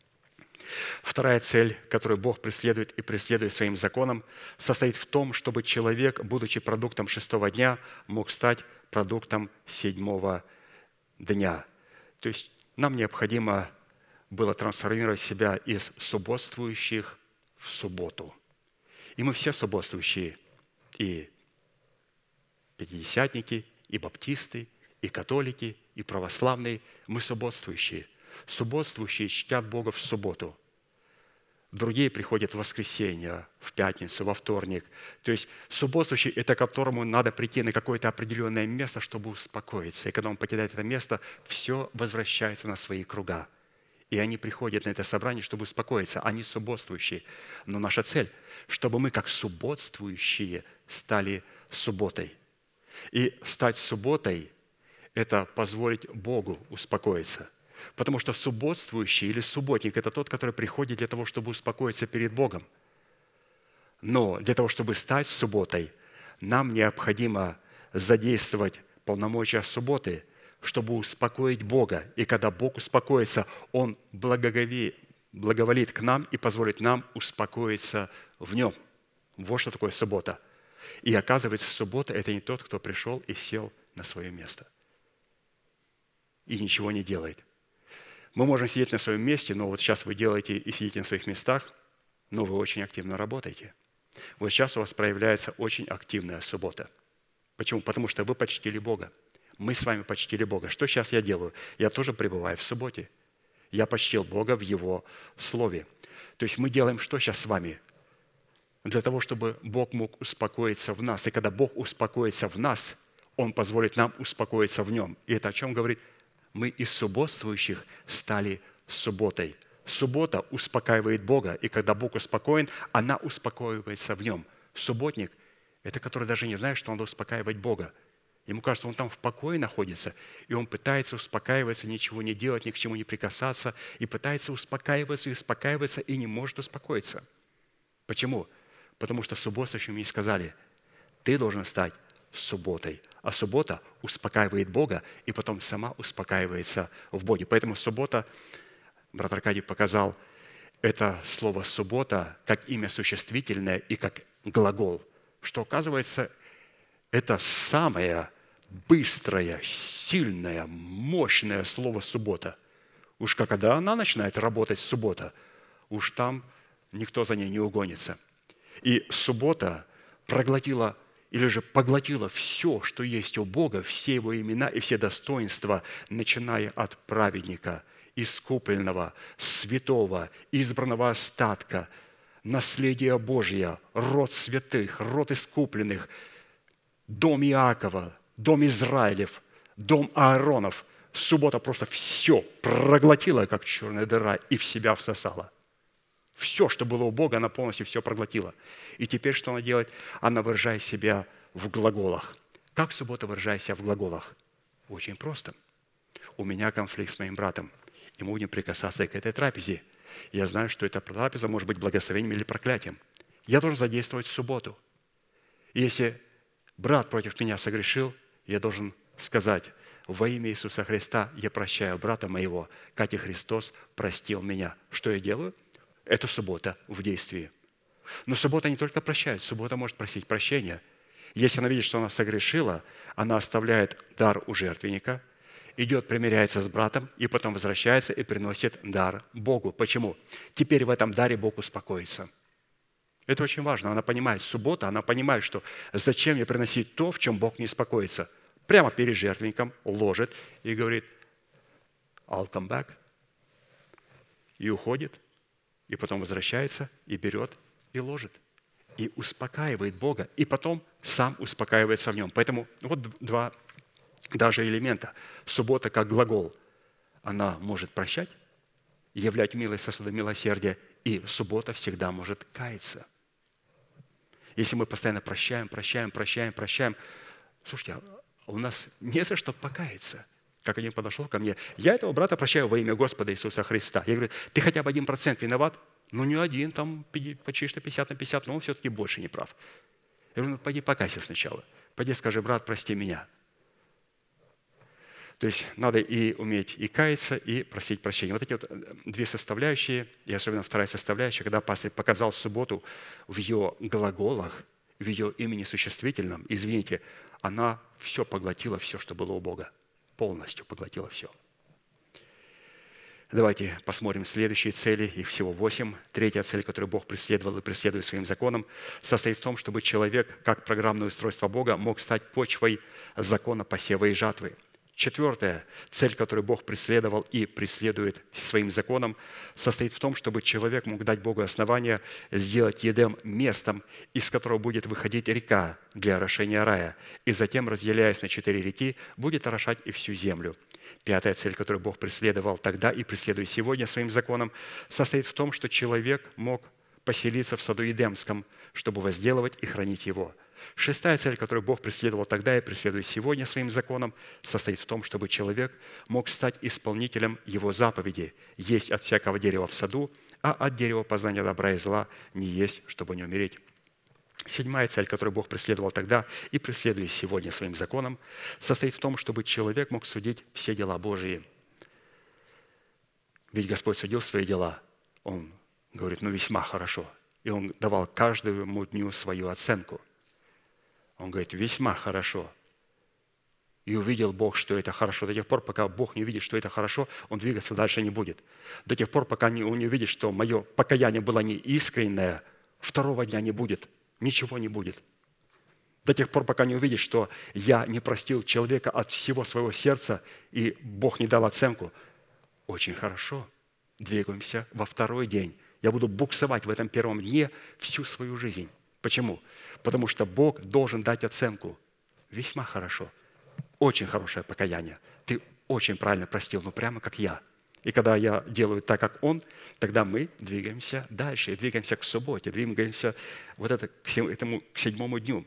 Вторая цель, которую Бог преследует и преследует своим законом, состоит в том, чтобы человек, будучи продуктом 6-го дня, мог стать продуктом 7-го дня. То есть нам необходимо было трансформировать себя из субботствующих в субботу. И мы все субботствующие, и пятидесятники, и баптисты, и католики, и православные. Мы субботствующие. Субботствующие чтят Бога в субботу. Другие приходят в воскресенье, в пятницу, во вторник. То есть субботствующий – это которому надо прийти на какое-то определенное место, чтобы успокоиться. И когда он покидает это место, все возвращается на свои круга. И они приходят на это собрание, чтобы успокоиться. Они субботствующие. Но наша цель – чтобы мы, как субботствующие, стали субботой. И стать субботой – это позволить Богу успокоиться. Потому что субботствующий или субботник – это тот, который приходит для того, чтобы успокоиться перед Богом. Но для того, чтобы стать субботой, нам необходимо задействовать полномочия субботы, чтобы успокоить Бога. И когда Бог успокоится, Он благоволит к нам и позволит нам успокоиться в Нем. Вот что такое суббота. И оказывается, суббота – это не тот, кто пришел и сел на свое место и ничего не делает. Мы можем сидеть на своем месте, но вот сейчас вы делаете и сидите на своих местах, но вы очень активно работаете. Вот сейчас у вас проявляется очень активная суббота. Почему? Потому что вы почтили Бога. Мы с вами почтили Бога. Что сейчас я делаю? Я тоже пребываю в субботе. Я почтил Бога в Его Слове. То есть мы делаем что сейчас с вами? для того, чтобы Бог мог успокоиться в нас. И когда Бог успокоится в нас, Он позволит нам успокоиться в Нем. И это о чем говорит? Мы из субботствующих стали субботой. Суббота успокаивает Бога, и когда Бог успокоен, она успокаивается в Нем. Субботник – это который даже не знает, что надо успокаивать Бога. Ему кажется, он там в покое находится, и он пытается успокаиваться, ничего не делать, ни к чему не прикасаться, и пытается успокаиваться, и не может успокоиться. Почему? Потому что субботствующим ей сказали, ты должен стать субботой. А суббота успокаивает Бога, и потом сама успокаивается в Боге. Поэтому суббота, брат Аркадий показал, это слово «суббота» как имя существительное и как глагол, что, оказывается, это самое быстрое, сильное, мощное слово «суббота». Уж когда она начинает работать суббота, уж там никто за ней не угонится. И суббота проглотила или же поглотила все, что есть у Бога, все Его имена и все достоинства, начиная от праведника, искупленного, святого, избранного остатка, наследия Божия, род святых, род искупленных, дом Иакова, дом Израилев, дом Ааронов. Суббота просто все проглотила, как черная дыра, и в себя всосала. Все, что было у Бога, она полностью все проглотила. И теперь что она делает? Она выражает себя в глаголах. Как суббота выражает себя в глаголах? Очень просто. У меня конфликт с моим братом, и мы будем прикасаться к этой трапезе. Я знаю, что эта трапеза может быть благословением или проклятием. Я должен задействовать субботу. И если брат против меня согрешил, я должен сказать, во имя Иисуса Христа я прощаю брата моего, как и Христос простил меня. Что я делаю? Это суббота в действии. Но суббота не только прощает, суббота может просить прощения. Если она видит, что она согрешила, она оставляет дар у жертвенника, идет, примиряется с братом, и потом возвращается и приносит дар Богу. Почему? Теперь в этом даре Бог успокоится. Это очень важно. Она понимает, суббота, она понимает, что зачем мне приносить то, в чем Бог не успокоится. Прямо перед жертвенником ложит и говорит, I'll come back. И уходит. И потом возвращается, и берет, и ложит. И успокаивает Бога. И потом сам успокаивается в нем. Поэтому вот два даже элемента. Суббота как глагол. Она может прощать, являть милость сосудом милосердия. И суббота всегда может каяться. Если мы постоянно прощаем, слушайте, а у нас не за что покаяться. Как один подошел ко мне, я этого брата прощаю во имя Господа Иисуса Христа. Я говорю, ты хотя бы 1% виноват? Ну, не один, там почти что 50/50, но он все-таки больше не прав. Я говорю, ну, пойди покайся сначала. Пойди скажи, брат, прости меня. То есть надо и уметь и каяться, и просить прощения. Вот эти вот две составляющие, и особенно вторая составляющая, когда пастырь показал субботу в ее глаголах, в ее имени существительном, извините, она все поглотила, все, что было у Бога. Полностью поглотила все. Давайте посмотрим следующие цели. Их всего 8. Третья цель, которую Бог преследовал и преследует своим законом, состоит в том, чтобы человек, как программное устройство Бога, мог стать почвой закона посева и жатвы. Четвертая цель, которую Бог преследовал и преследует своим законом, состоит в том, чтобы человек мог дать Богу основание сделать Едем местом, из которого будет выходить река для орошения рая, и затем, разделяясь на 4 реки, будет орошать и всю землю. Пятая цель, которую Бог преследовал тогда и преследует сегодня своим законом, состоит в том, что человек мог поселиться в саду Едемском, чтобы возделывать и хранить его. Шестая цель, которую Бог преследовал тогда и преследует сегодня своим законом, состоит в том, чтобы человек мог стать исполнителем его заповеди, есть от всякого дерева в саду, а от дерева познания добра и зла не есть, чтобы не умереть. Седьмая цель, которую Бог преследовал тогда и преследует сегодня своим законом, состоит в том, чтобы человек мог судить все дела Божии. Ведь Господь судил свои дела. Он говорит, весьма хорошо. И Он давал каждому дню свою оценку. Он говорит, весьма хорошо. И увидел Бог, что это хорошо. До тех пор, пока Бог не увидит, что это хорошо, Он двигаться дальше не будет. До тех пор, пока Он не увидит, что мое покаяние было неискреннее, второго дня не будет. Ничего не будет. До тех пор, пока не увидит, что я не простил человека от всего своего сердца, и Бог не дал оценку. Очень хорошо. Двигаемся во второй день. Я буду буксовать в этом первом дне всю свою жизнь. Почему? Потому что Бог должен дать оценку. Весьма хорошо. Очень хорошее покаяние. Ты очень правильно простил, но прямо как я. И когда я делаю так, как Он, тогда мы двигаемся дальше, и двигаемся к субботе, двигаемся к седьмому дню.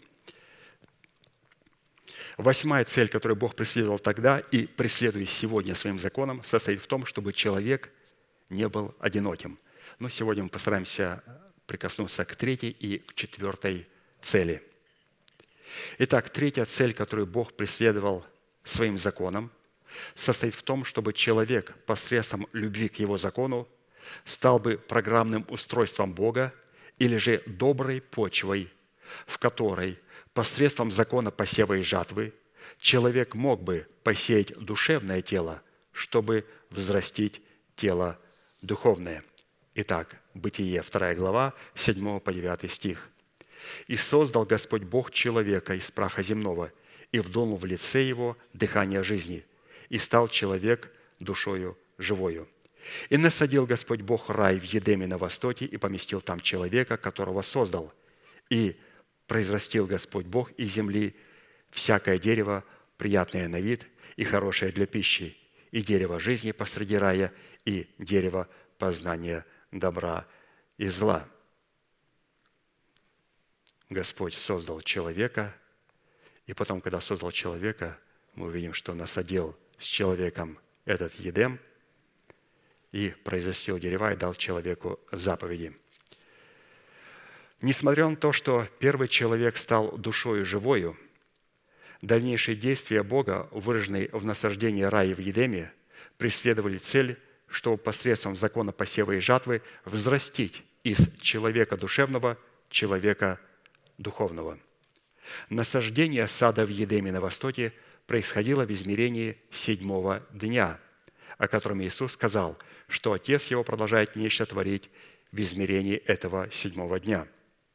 8-я цель, которую Бог преследовал тогда и преследует сегодня своим законом, состоит в том, чтобы человек не был одиноким. Но сегодня мы постараемся прикоснуться к 3-й и к 4-й цели. Итак, 3-я цель, которую Бог преследовал своим законом, состоит в том, чтобы человек посредством любви к Его закону стал бы программным устройством Бога или же доброй почвой, в которой посредством закона посева и жатвы человек мог бы посеять душевное тело, чтобы взрастить тело духовное. Итак, Бытие, 2 глава, 7 по 9 стих. «И создал Господь Бог человека из праха земного, и вдунул в лице его дыхание жизни, и стал человек душою живою. И насадил Господь Бог рай в Едеме на востоке, и поместил там человека, которого создал. И произрастил Господь Бог из земли всякое дерево, приятное на вид и хорошее для пищи, и дерево жизни посреди рая, и дерево познания добра и зла». Господь создал человека, и потом, когда создал человека, мы увидим, что насадил с человеком этот Едем и произрастил дерева и дал человеку заповеди. Несмотря на то, что первый человек стал душою живою, дальнейшие действия Бога, выраженные в насаждении рая в Едеме, преследовали цель, чтобы посредством закона посева и жатвы взрастить из человека душевного человека духовного. Насаждение сада в Едеме на востоке происходило в измерении 7-го дня, о котором Иисус сказал, что Отец Его продолжает нечто творить в измерении этого 7-го дня.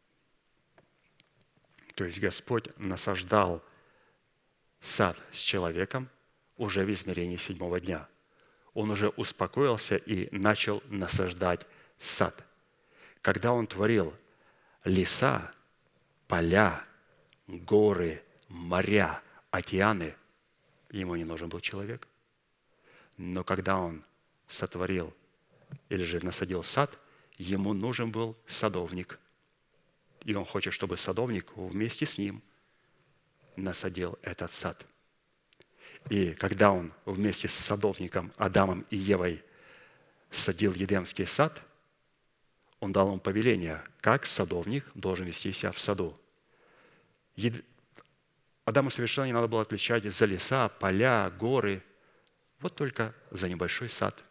То есть Господь насаждал сад с человеком уже в измерении 7-го дня. Он уже успокоился и начал насаждать сад. Когда Он творил леса, поля, горы, моря, океаны, Ему не нужен был человек. Но когда Он сотворил или же насадил сад, Ему нужен был садовник. И Он хочет, чтобы садовник вместе с Ним насадил этот сад. И когда Он вместе с садовником Адамом и Евой садил Едемский сад, Он дал им повеление, как садовник должен вести себя в саду. Адаму совершенно не надо было отвечать за леса, поля, горы, вот только за небольшой сад.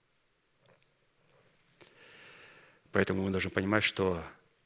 Поэтому мы должны понимать, что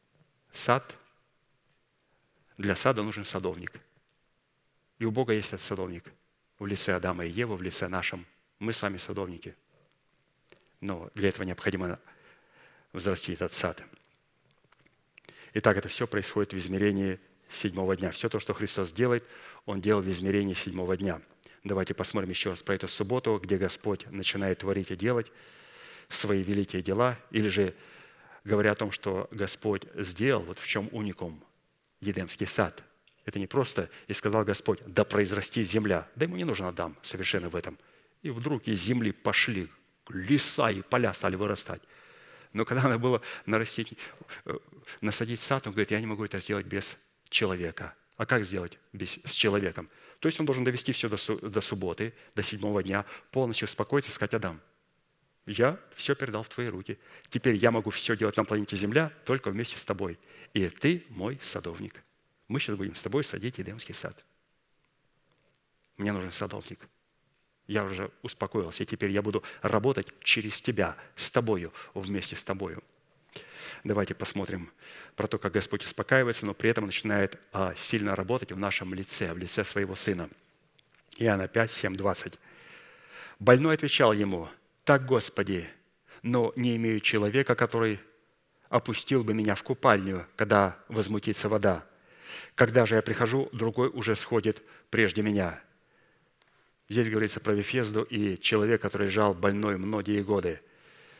для сада нужен садовник. И у Бога есть этот садовник в лице Адама и Евы, в лице нашем. Мы с вами садовники. Но для этого необходимо взрастить этот сад. Итак, это все происходит в измерении 7-го дня. Все то, что Христос делает, Он делал в измерении 7-го дня. Давайте посмотрим еще раз про эту субботу, где Господь начинает творить и делать свои великие дела, или же говоря о том, что Господь сделал, вот в чем уникум Едемский сад. Это не просто «и сказал Господь, да произрасти земля». Да ему не нужен Адам совершенно в этом. И вдруг из земли пошли леса и поля стали вырастать. Но когда надо было насадить сад, он говорит, я не могу это сделать без человека. А как сделать с человеком? То есть он должен довести все до субботы, до 7-го дня, полностью успокоиться и сказать: Адам, я все передал в твои руки. Теперь я могу все делать на планете Земля только вместе с тобой. И ты мой садовник. Мы сейчас будем с тобой садить Едемский сад. Мне нужен садовник. Я уже успокоился, и теперь я буду работать через тебя, с тобою, вместе с тобою. Давайте посмотрим про то, как Господь успокаивается, но при этом начинает сильно работать в нашем лице, в лице своего Сына. Иоанна 5, 7, 20. «Больной отвечал ему: так, Господи, но не имею человека, который опустил бы меня в купальню, когда возмутится вода. Когда же я прихожу, другой уже сходит прежде меня». Здесь говорится про Вифезду и человека, который лежал больной многие годы.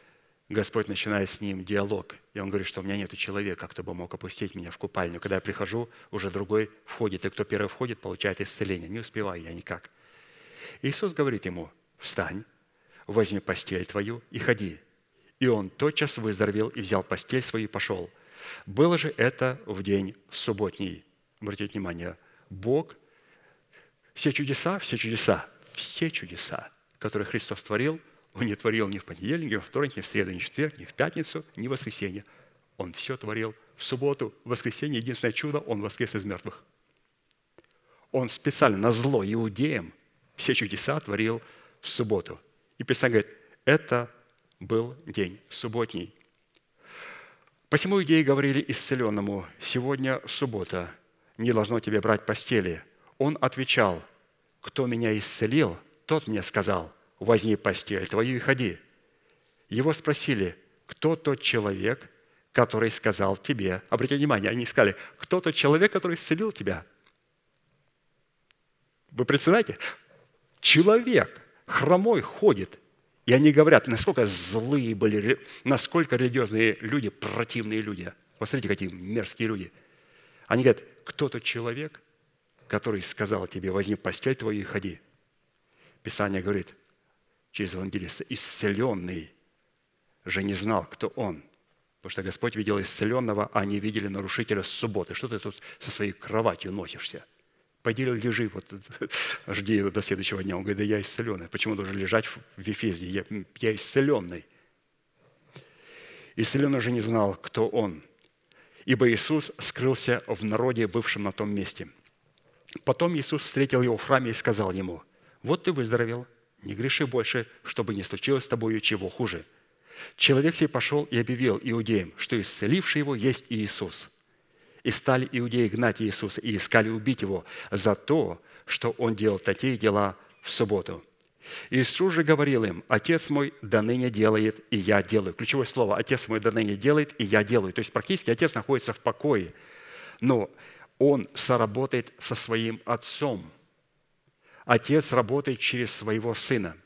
Господь начинает с ним диалог. И он говорит, что у меня нет человека, кто бы мог опустить меня в купальню. Когда я прихожу, уже другой входит. И кто первый входит, получает исцеление. Не успеваю я никак. Иисус говорит ему: встань, возьми постель твою и ходи. И он тотчас выздоровел и взял постель свою и пошел. Было же это в день субботний. Обратите внимание, Бог, все чудеса, которые Христос творил, Он не творил ни в понедельник, ни во вторник, ни в среду, ни в четверг, ни в пятницу, ни в воскресенье. Он все творил в субботу, в воскресенье. Единственное чудо, Он воскрес из мертвых. Он специально назло иудеям все чудеса творил в субботу. И Писание говорит, это был день субботний. Посему иудеи говорили исцеленному: сегодня суббота, не должно тебе брать постели. Он отвечал: кто меня исцелил, тот мне сказал: возьми постель твою и ходи. Его спросили: кто тот человек, который сказал тебе? Обратите внимание, они сказали: кто тот человек, который исцелил тебя? Вы представляете? Человек хромой ходит. И они говорят, насколько злые были, насколько религиозные люди, противные люди. Посмотрите, какие мерзкие люди. Они говорят: кто тот человек, который сказал тебе: возьми постель твою и ходи? Писание говорит через евангелиста: исцеленный же не знал, кто он. Потому что Господь видел исцеленного, а они видели нарушителя субботы. Что ты тут со своей кроватью носишься? Пойди лежи, жди до следующего дня. Он говорит: да я исцеленный. Почему должен лежать в Ефезе? Я исцеленный. Исцеленный же не знал, кто он, ибо Иисус скрылся в народе, бывшем на том месте. Потом Иисус встретил его в храме и сказал ему: вот ты выздоровел, не греши больше, чтобы не случилось с тобою чего хуже. Человек сей пошел и объявил иудеям, что исцеливший его есть Иисус. И стали иудеи гнать Иисуса и искали убить его за то, что он делал такие дела в субботу. Иисус же говорил им: Отец мой до ныне делает, и я делаю. Ключевое слово: Отец мой до ныне делает, и я делаю. То есть практически Отец находится в покое, но Он соработает со Своим Отцом. Отец работает через Своего Сына.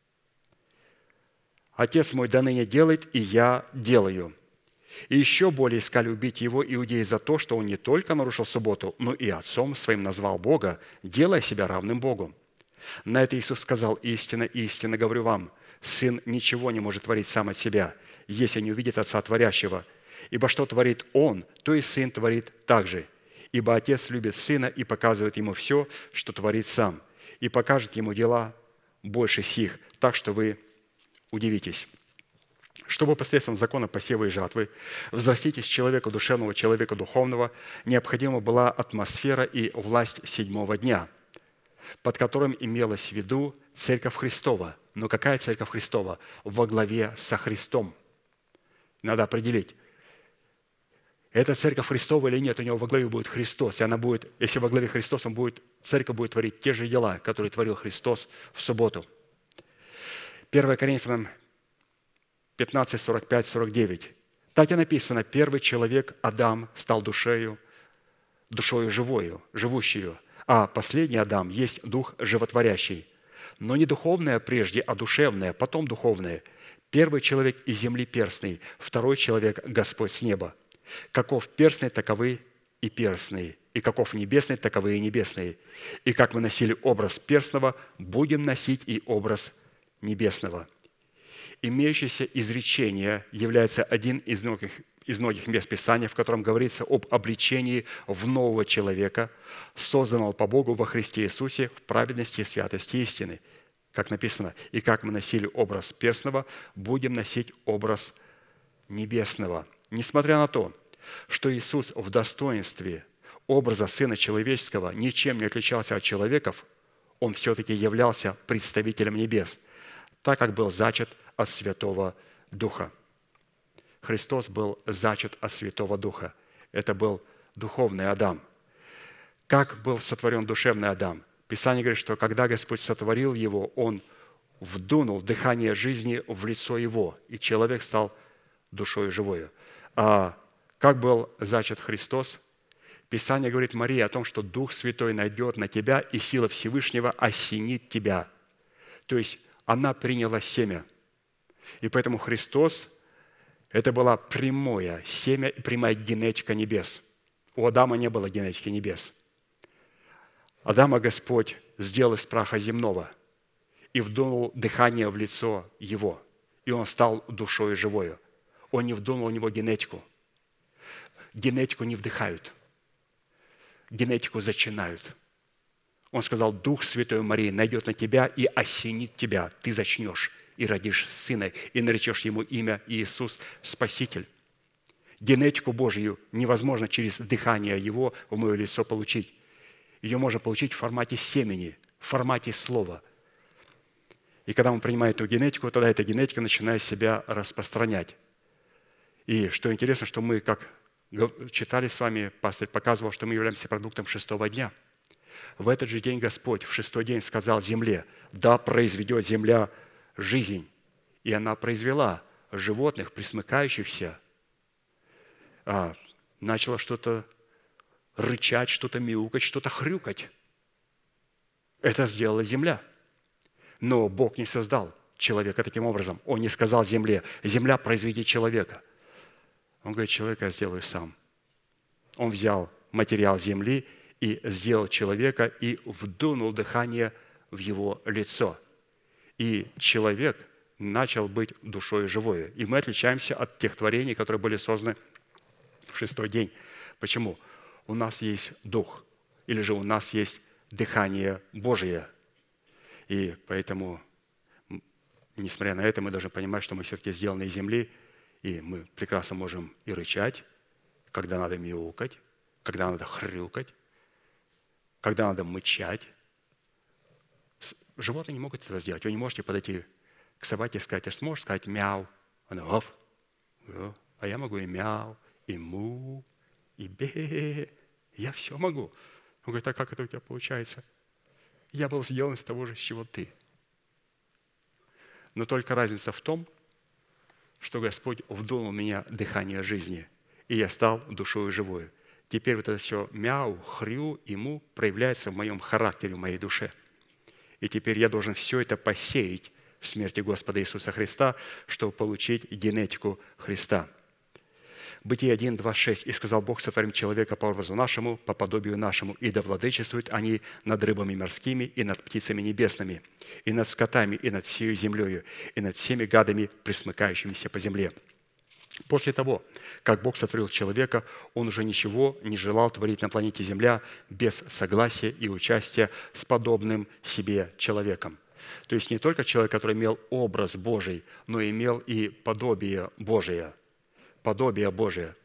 Отец мой до ныне делает, и я делаю. И еще более искали убить его иудеи за то, что он не только нарушил субботу, но и отцом своим назвал Бога, делая себя равным Богу. На это Иисус сказал: истинно, истинно говорю вам, Сын ничего не может творить сам от себя, если не увидит Отца Творящего. Ибо что творит Он, то и Сын творит также. Ибо Отец любит Сына и показывает Ему все, что творит Сам, и покажет Ему дела больше сих, так что вы удивитесь. Чтобы посредством закона посева и жатвы взрастить из человека душевного человека духовного, необходима была атмосфера и власть седьмого дня, под которым имелась в виду Церковь Христова. Но какая Церковь Христова? Во главе со Христом. Надо определить, это Церковь Христова или нет, у него во главе будет Христос. И она будет, если во главе Христос, Церковь будет творить те же дела, которые творил Христос в субботу. 1 Коринфянам 15, 45, 49. Так и написано: первый человек, Адам, стал душою живою, живущую, а последний Адам есть дух животворящий. Но не духовное прежде, а душевное, потом духовное. Первый человек из земли перстный, второй человек Господь с неба. Каков перстный, таковы и перстные, и каков небесный, таковы и небесные. И как мы носили образ перстного, будем носить и образ небесного. Имеющееся изречение является один из многих мест Писания, в котором говорится об обличении в нового человека, созданного по Богу во Христе Иисусе в праведности и святости истины. Как написано: «И как мы носили образ перстного, будем носить образ небесного». Несмотря на то, что Иисус в достоинстве образа Сына Человеческого ничем не отличался от человеков, Он все-таки являлся представителем небес, так как был зачат от Святого Духа. Христос был зачат от Святого Духа. Это был духовный Адам. Как был сотворен душевный Адам? Писание говорит, что когда Господь сотворил его, Он вдунул дыхание жизни в лицо его, и человек стал душою живою. А как был зачат Христос? Писание говорит Марии о том, что Дух Святой найдет на тебя, и сила Всевышнего осенит тебя. То есть она приняла семя. И поэтому Христос Это была прямое семя и прямая генетика небес. У Адама не было генетики небес. Адама Господь сделал из праха земного и вдунул дыхание в лицо его, и он стал душою живою. Он не вдунул в него генетику. Генетику не вдыхают. Генетику зачинают. Он сказал: Дух Святой Марии найдет на тебя и осенит тебя. Ты зачнешь и родишь сына, и наречешь ему имя Иисус Спаситель. Генетику Божию невозможно через дыхание его в мое лицо получить. Ее можно получить в формате семени, в формате слова. И когда мы принимаем эту генетику, тогда эта генетика начинает себя распространять. И что интересно, что мы, как читали с вами, пастырь показывал, что мы являемся продуктом шестого дня. В этот же день Господь в шестой день сказал земле: да произведет земля жизнь. И она произвела животных, пресмыкающихся, начала что-то рычать, что-то мяукать, что-то хрюкать. Это сделала земля. Но Бог не создал человека таким образом. Он не сказал земле: земля, произведи человека. Он говорит: человека я сделаю сам. Он взял материал земли и сделал человека, и вдунул дыхание в его лицо. И человек начал быть душой живою. И мы отличаемся от тех творений, которые были созданы в шестой день. Почему? У нас есть дух, или же у нас есть дыхание Божие. И поэтому, несмотря на это, мы должны понимать, что мы все-таки сделаны из земли, и мы прекрасно можем и рычать, когда надо мяукать, когда надо хрюкать, когда надо мычать. Животные не могут этого сделать. Вы не можете подойти к собаке и сказать: ты сможешь сказать мяу? Она: оф. А я могу и мяу, и му, и бе. Я все могу. Он говорит: а как это у тебя получается? Я был сделан из того же, с чего ты. Но только разница в том, что Господь вдунул в меня дыхание жизни, и я стал душою живою. Теперь вот это все мяу, хрю и му проявляется в моем характере, в моей душе. И теперь я должен все это посеять в смерти Господа Иисуса Христа, чтобы получить генетику Христа. Бытие 1, 2, 6. «И сказал Бог: сотворим человека по образу нашему, по подобию нашему, и да владычествуют они над рыбами морскими, и над птицами небесными, и над скотами, и над всею землею, и над всеми гадами, пресмыкающимися по земле». После того, как Бог сотворил человека, Он уже ничего не желал творить на планете Земля без согласия и участия с подобным себе человеком. То есть не только человек, который имел образ Божий, но имел и подобие Божие. Подобие Божие.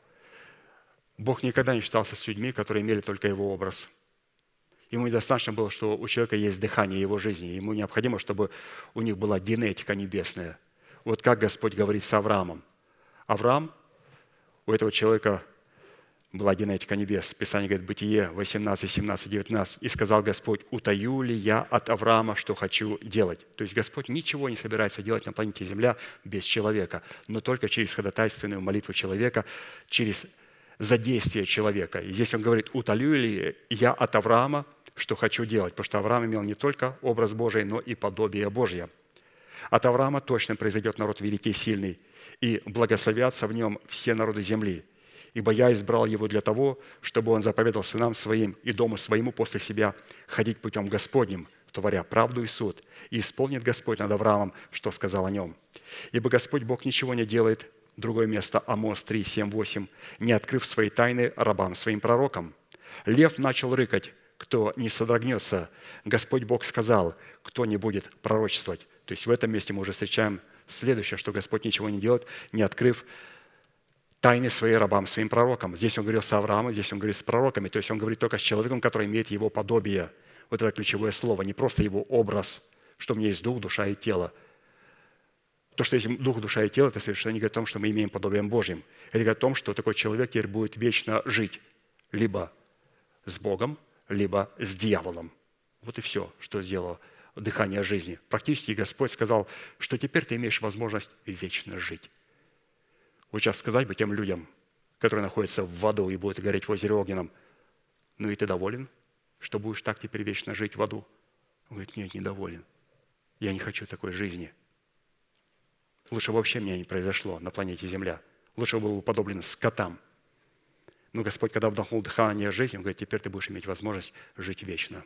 Бог никогда не считался с людьми, которые имели только Его образ. Ему недостаточно было, что у человека есть дыхание Его жизни. Ему необходимо, чтобы у них была генетика небесная. Вот как Господь говорит с Авраамом. Авраам, у этого человека была генетика небес. Писание говорит, Бытие 18, 17, 19. «И сказал Господь: утаю ли я от Авраама, что хочу делать?» То есть Господь ничего не собирается делать на планете Земля без человека, но только через ходатайственную молитву человека, через задействие человека. И здесь Он говорит: утаю ли я от Авраама, что хочу делать? Потому что Авраам имел не только образ Божий, но и подобие Божье. От Авраама точно произойдет народ великий и сильный, и благословятся в нем все народы земли. Ибо я избрал его для того, чтобы он заповедал сынам своим и дому своему после себя ходить путем Господним, творя правду и суд, и исполнит Господь над Авраамом, что сказал о нем. Ибо Господь Бог ничего не делает». Другое место, Амос 3, 7, 8. «Не открыв свои тайны рабам своим пророкам. Лев начал рыкать, кто не содрогнется. Господь Бог сказал: кто не будет пророчествовать». То есть в этом месте мы уже встречаем следующее, что Господь ничего не делает, не открыв тайны своим рабам, своим пророкам. Здесь Он говорил с Авраамом, здесь Он говорит с пророками. То есть Он говорит только с человеком, который имеет его подобие. Вот это ключевое слово, не просто его образ, что у меня есть дух, душа и тело. То, что есть дух, душа и тело, это совершенно не говорит о том, что мы имеем подобием Божьим. Это говорит о том, что такой человек теперь будет вечно жить либо с Богом, либо с дьяволом. Вот и все, что сделало дыхание жизни. Практически Господь сказал, что теперь ты имеешь возможность вечно жить. Вот сейчас сказать бы тем людям, которые находятся в аду и будут гореть в озере огненном: ну и ты доволен, что будешь так теперь вечно жить в аду? Он говорит: нет, недоволен. Я не хочу такой жизни. Лучше вообще меня не произошло на планете Земля. Лучше был бы уподоблен скотам. Но Господь, когда вдохнул дыхание жизни, Он говорит: теперь ты будешь иметь возможность жить вечно.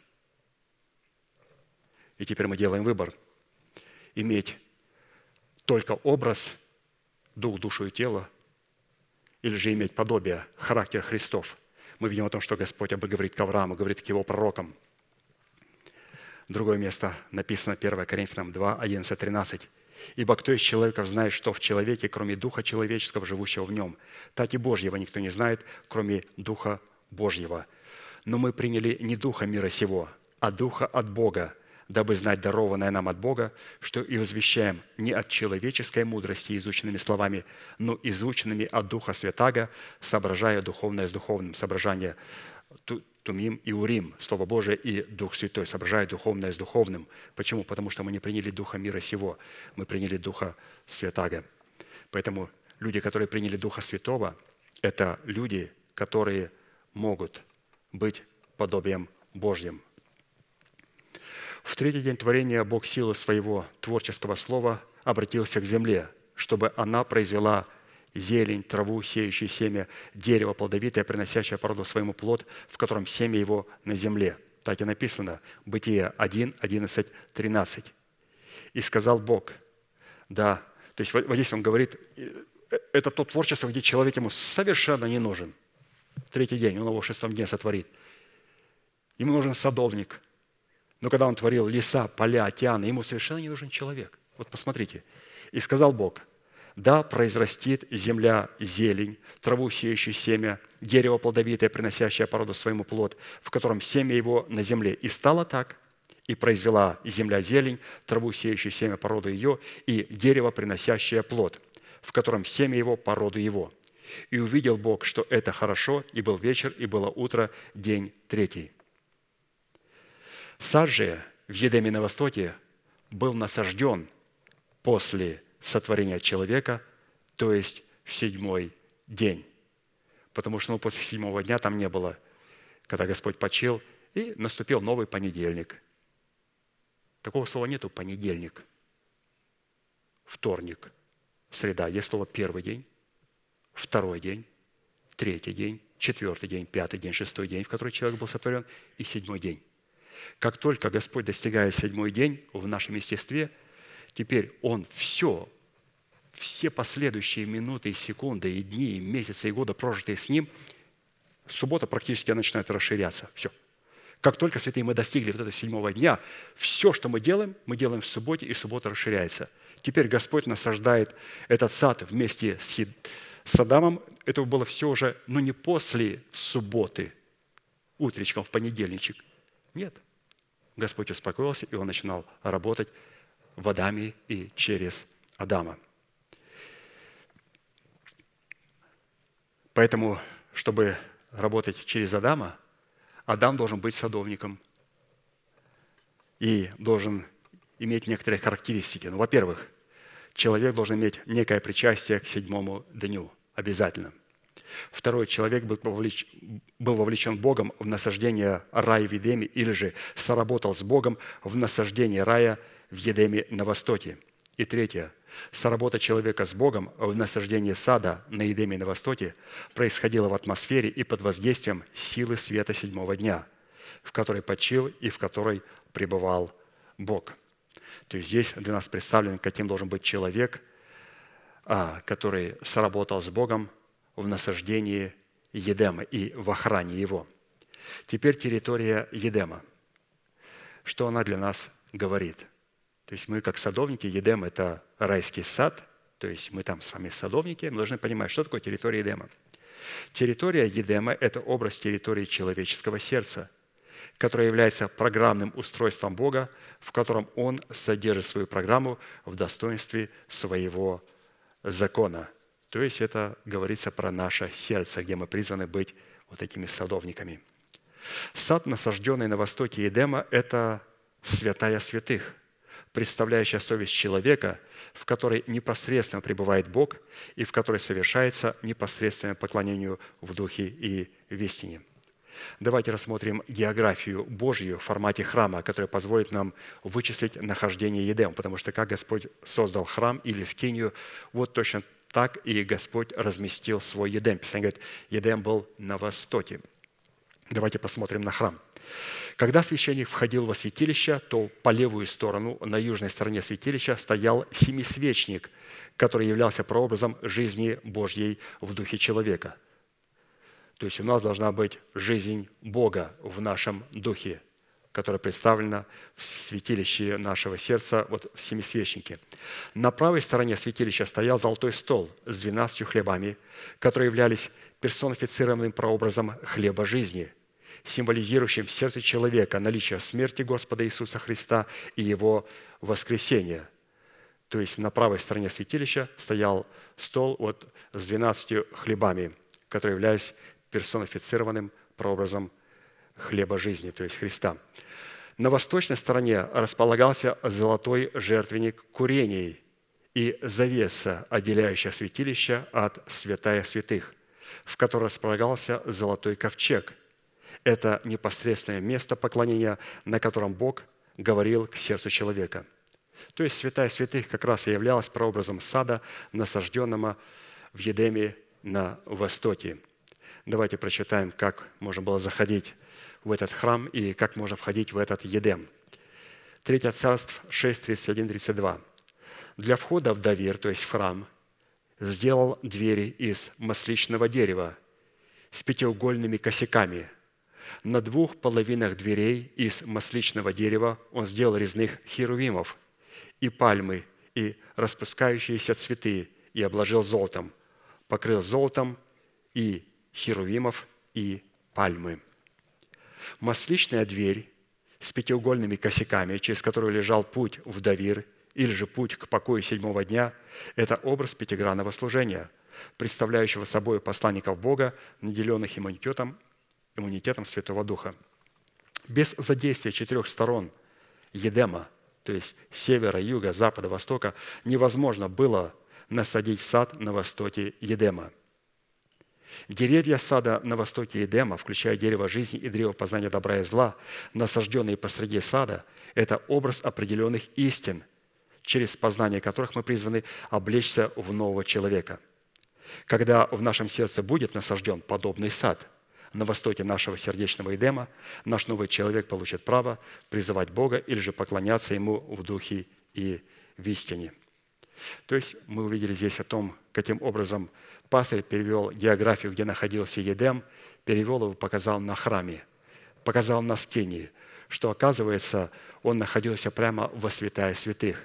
И теперь мы делаем выбор: иметь только образ, дух, душу и тело, или же иметь подобие, характер Христов. Мы видим о том, что Господь говорит к Аврааму, говорит к его пророкам. Другое место написано, 1 Коринфянам 2, 11, 13. «Ибо кто из человеков знает, что в человеке, кроме Духа человеческого, живущего в нем? Так и Божьего никто не знает, кроме Духа Божьего. Но мы приняли не Духа мира сего, а Духа от Бога, дабы знать дарованное нам от Бога, что и возвещаем не от человеческой мудрости изученными словами, но изученными от Духа Святаго, соображая духовное с духовным, соображание Тумим и Урим, Слово Божие и Дух Святой, соображая духовное с духовным». Почему? Потому что мы не приняли Духа мира сего, мы приняли Духа Святаго. Поэтому люди, которые приняли Духа Святого, это люди, которые могут быть подобием Божьим. В третий день творения Бог силой своего творческого слова обратился к земле, чтобы она произвела зелень, траву, сеющую семя, дерево плодовитое, приносящее по роду своему плод, в котором семя его на земле. Так и написано, Бытие 1, 11, 13. «И сказал Бог». Да, то есть вот здесь он говорит, это то творчество, где человек ему совершенно не нужен. В третий день, он его в шестом дне сотворит. Ему нужен садовник. Но когда он творил леса, поля, океаны, ему совершенно не нужен человек. Вот посмотрите. «И сказал Бог: да произрастит земля зелень, траву, сеющую семя, дерево плодовитое, приносящее по роду своему плод, в котором семя его на земле. И стало так, и произвела земля зелень, траву, сеющую семя по роду ее, и дерево, приносящее плод, в котором семя его по роду его. И увидел Бог, что это хорошо, и был вечер, и было утро, день третий». Сад же в Едеме на востоке был насажден после сотворения человека, то есть в седьмой день. Потому что после седьмого дня там не было, когда Господь почил, и наступил новый понедельник. Такого слова нету понедельник, вторник, среда. Есть слово первый день, второй день, третий день, четвертый день, пятый день, шестой день, в который человек был сотворен, и седьмой день. Как только Господь достигает седьмой день в нашем естестве, теперь Он все последующие минуты, и секунды, и дни, и месяцы, и годы, прожитые с Ним, суббота практически начинает расширяться. Все. Как только, святые, мы достигли вот этого седьмого дня, все, что мы делаем в субботе, и суббота расширяется. Теперь Господь насаждает этот сад вместе с Адамом. Это было все уже, но не после субботы, утречком в понедельничек. Нет. Господь успокоился, и Он начинал работать в Адаме и через Адама. Поэтому, чтобы работать через Адама, Адам должен быть садовником и должен иметь некоторые характеристики. Ну, во-первых, человек должен иметь некое причастие к седьмому дню, обязательно. Второй, человек был вовлечен Богом в насаждение рая в Едеме или же соработал с Богом в насаждение рая в Едеме на востоке. И третье, соработа человека с Богом в насаждении сада на Едеме на востоке происходила в атмосфере и под воздействием силы света седьмого дня, в которой почил и в которой пребывал Бог. То есть здесь для нас представлен, каким должен быть человек, который соработал с Богом в насаждении Едема и в охране его. Теперь территория Едема. Что она для нас говорит? То есть мы, как садовники, Едем – это райский сад, то есть мы там с вами садовники, мы должны понимать, что такое территория Едема. Территория Едема – это образ территории человеческого сердца, которая является программным устройством Бога, в котором Он содержит свою программу в достоинстве своего закона. То есть это говорится про наше сердце, где мы призваны быть вот этими садовниками. Сад, насажденный на востоке Едема, это святая святых, представляющая совесть человека, в которой непосредственно пребывает Бог и в которой совершается непосредственное поклонение в Духе и в истине. Давайте рассмотрим географию Божью в формате храма, которая позволит нам вычислить нахождение Едема, потому что как Господь создал храм или скинию, вот точно так и Господь разместил свой Едем. Писание говорит, Едем был на востоке. Давайте посмотрим на храм. Когда священник входил во святилище, то по левую сторону, на южной стороне святилища, стоял семисвечник, который являлся прообразом жизни Божьей в духе человека. То есть у нас должна быть жизнь Бога в нашем духе, которая представлена в святилище нашего сердца, вот в семисвечнике. На правой стороне святилища стоял золотой стол с 12 хлебами, которые являлись персонифицированным прообразом хлеба жизни, символизирующим в сердце человека наличие смерти Господа Иисуса Христа и Его воскресения. То есть на правой стороне святилища стоял стол вот с 12 хлебами, которые являлись персонифицированным прообразом хлеба жизни, то есть Христа. На восточной стороне располагался золотой жертвенник курений и завеса, отделяющая святилище от святая святых, в котором располагался золотой ковчег. Это непосредственное место поклонения, на котором Бог говорил к сердцу человека. То есть святая святых как раз и являлась прообразом сада, насажденного в Едеме на востоке. Давайте прочитаем, как можно было заходить в этот храм и как можно входить в этот Едем. 3 Царств 6, 31, 32. «Для входа в Давир, то есть в храм, сделал двери из масличного дерева с пятиугольными косяками. На 2 половинах дверей из масличного дерева он сделал резных херувимов и пальмы, и распускающиеся цветы, и обложил золотом, покрыл золотом и херувимов, и пальмы». Масличная дверь с пятиугольными косяками, через которую лежал путь в Давир, или же путь к покою 7-го дня, это образ пятигранного служения, представляющего собой посланников Бога, наделенных иммунитетом Святого Духа. Без задействия 4 сторон Едема, то есть севера, юга, запада, востока, невозможно было насадить сад на востоке Едема. Деревья сада на востоке Едема, включая дерево жизни и древо познания добра и зла, насажденные посреди сада, это образ определенных истин, через познание которых мы призваны облечься в нового человека. Когда в нашем сердце будет насажден подобный сад на востоке нашего сердечного Едема, наш новый человек получит право призывать Бога или же поклоняться Ему в духе и в истине. То есть мы увидели здесь о том, каким образом пастырь перевел географию, где находился Едем, перевел его, показал на храме, показал на скинии, что, оказывается, он находился прямо во святая святых.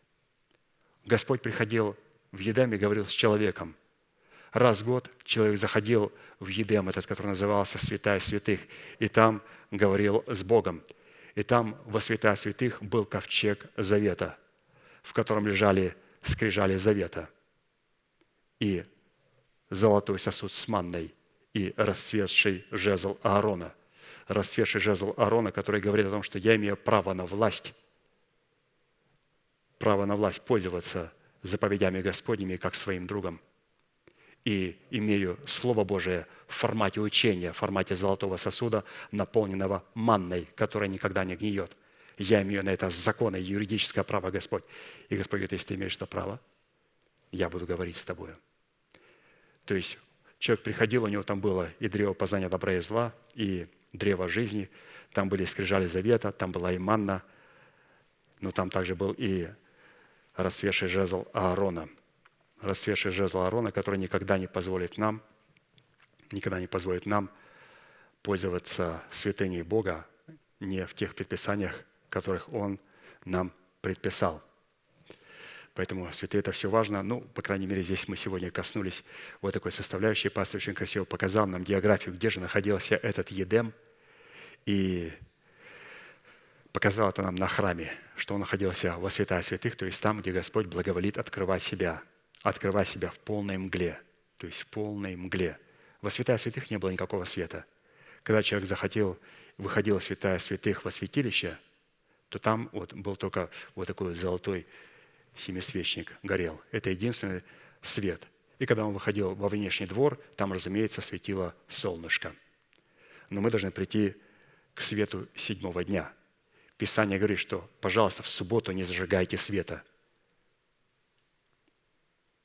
Господь приходил в Едем и говорил с человеком. Раз в год человек заходил в Едем, этот, который назывался святая святых, и там говорил с Богом. И там во святая святых был ковчег завета, в котором лежали скрижали завета, и золотой сосуд с манной, и расцветший жезл Аарона. Расцветший жезл Аарона, который говорит о том, что я имею право на власть пользоваться заповедями Господними как своим другом. И имею Слово Божие в формате учения, в формате золотого сосуда, наполненного манной, которая никогда не гниет. Я имею на это законное юридическое право, Господь. И Господь говорит, если ты имеешь это право, я буду говорить с тобой. То есть человек приходил, у него там было и древо познания добра и зла, и древо жизни, там были скрижали завета, там была и манна, но там также был и расцветший жезл Аарона. Расцветший жезл Аарона, который никогда не позволит нам пользоваться святыней Бога не в тех предписаниях, которых Он нам предписал. Поэтому святые, это все важно. По крайней мере, здесь мы сегодня коснулись вот такой составляющей. Пастор очень красиво показал нам географию, где же находился этот Едем, и показал это нам на храме, что он находился во святая святых, то есть там, где Господь благоволит открывать себя в полной мгле, то есть в полной мгле. Во святая святых не было никакого света. Когда человек выходил в святая святых во святилище, то там был только вот такой золотой семисвечник горел. Это единственный свет. И когда он выходил во внешний двор, там, разумеется, светило солнышко. Но мы должны прийти к свету 7-го дня. Писание говорит, что, пожалуйста, в субботу не зажигайте света.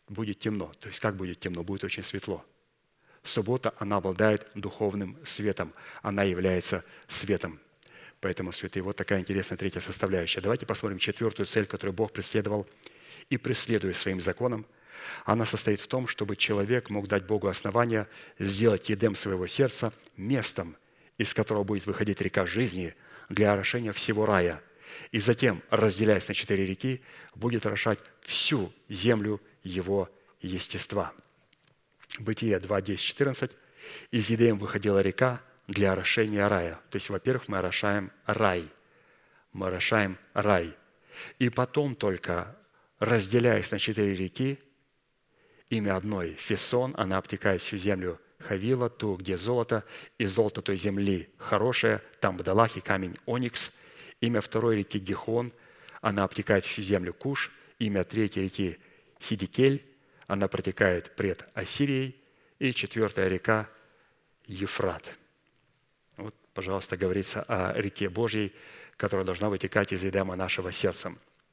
будет темно. То есть как будет темно? Будет очень светло. Суббота, она обладает духовным светом. Она является светом. Поэтому, святые, вот такая интересная третья составляющая. Давайте посмотрим четвертую цель, которую Бог преследовал и преследует своим законом. Она состоит в том, чтобы человек мог дать Богу основания сделать Едем своего сердца местом, из которого будет выходить река жизни для орошения всего рая. И затем, разделяясь на 4 реки, будет орошать всю землю его естества. Бытие 2, 10, 14. Из Едем выходила река для орошения рая. То есть, во-первых, мы орошаем рай. Мы орошаем рай. И потом только, разделяясь на 4 реки, имя одной – Фесон, она обтекает всю землю Хавила, ту, где золото, и золото той земли хорошее, там бдалах и камень оникс. Имя второй реки Гихон, она обтекает всю землю Куш. Имя третьей реки Хидикель, она протекает пред Ассирией. И четвертая река Ефрат. Вот, пожалуйста, говорится о реке Божьей, которая должна вытекать из Едема нашего сердца.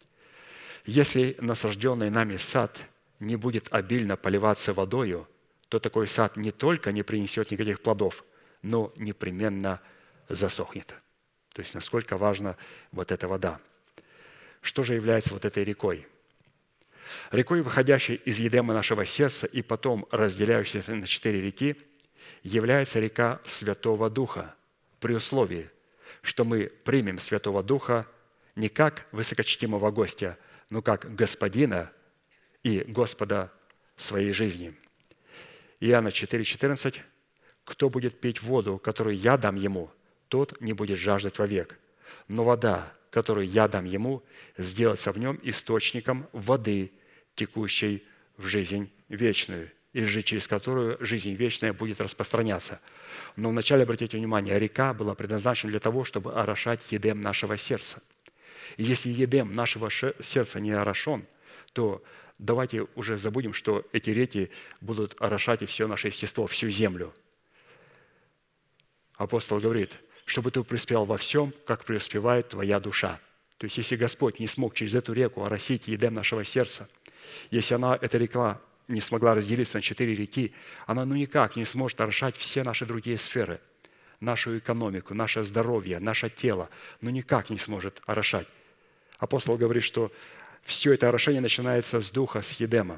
Если насажденный нами сад не будет обильно поливаться водою, то такой сад не только не принесет никаких плодов, но непременно засохнет. То есть, насколько важна вот эта вода. Что же является вот этой рекой? Рекой, выходящей из Едема нашего сердца и потом разделяющейся на 4 реки, является река Святого Духа, при условии, что мы примем Святого Духа не как высокочтимого гостя, но как Господина и Господа своей жизни. Иоанна 4,14. «Кто будет пить воду, которую я дам ему, тот не будет жаждать вовек. Но вода, которую я дам ему, сделается в нем источником воды, текущей в жизнь вечную, или же через которую жизнь вечная будет распространяться». Но вначале, обратите внимание, река была предназначена для того, чтобы орошать Едем нашего сердца. И если Едем нашего сердца не орошен, то давайте уже забудем, что эти реки будут орошать и все наше естество, всю землю. Апостол говорит, чтобы ты преуспевал во всем, как преуспевает твоя душа. То есть, если Господь не смог через эту реку оросить Едем нашего сердца, если эта река не смогла разделиться на 4 реки, она никак не сможет орошать все наши другие сферы, нашу экономику, наше здоровье, наше тело, никак не сможет орошать. Апостол говорит, что все это орошение начинается с духа, с Едема.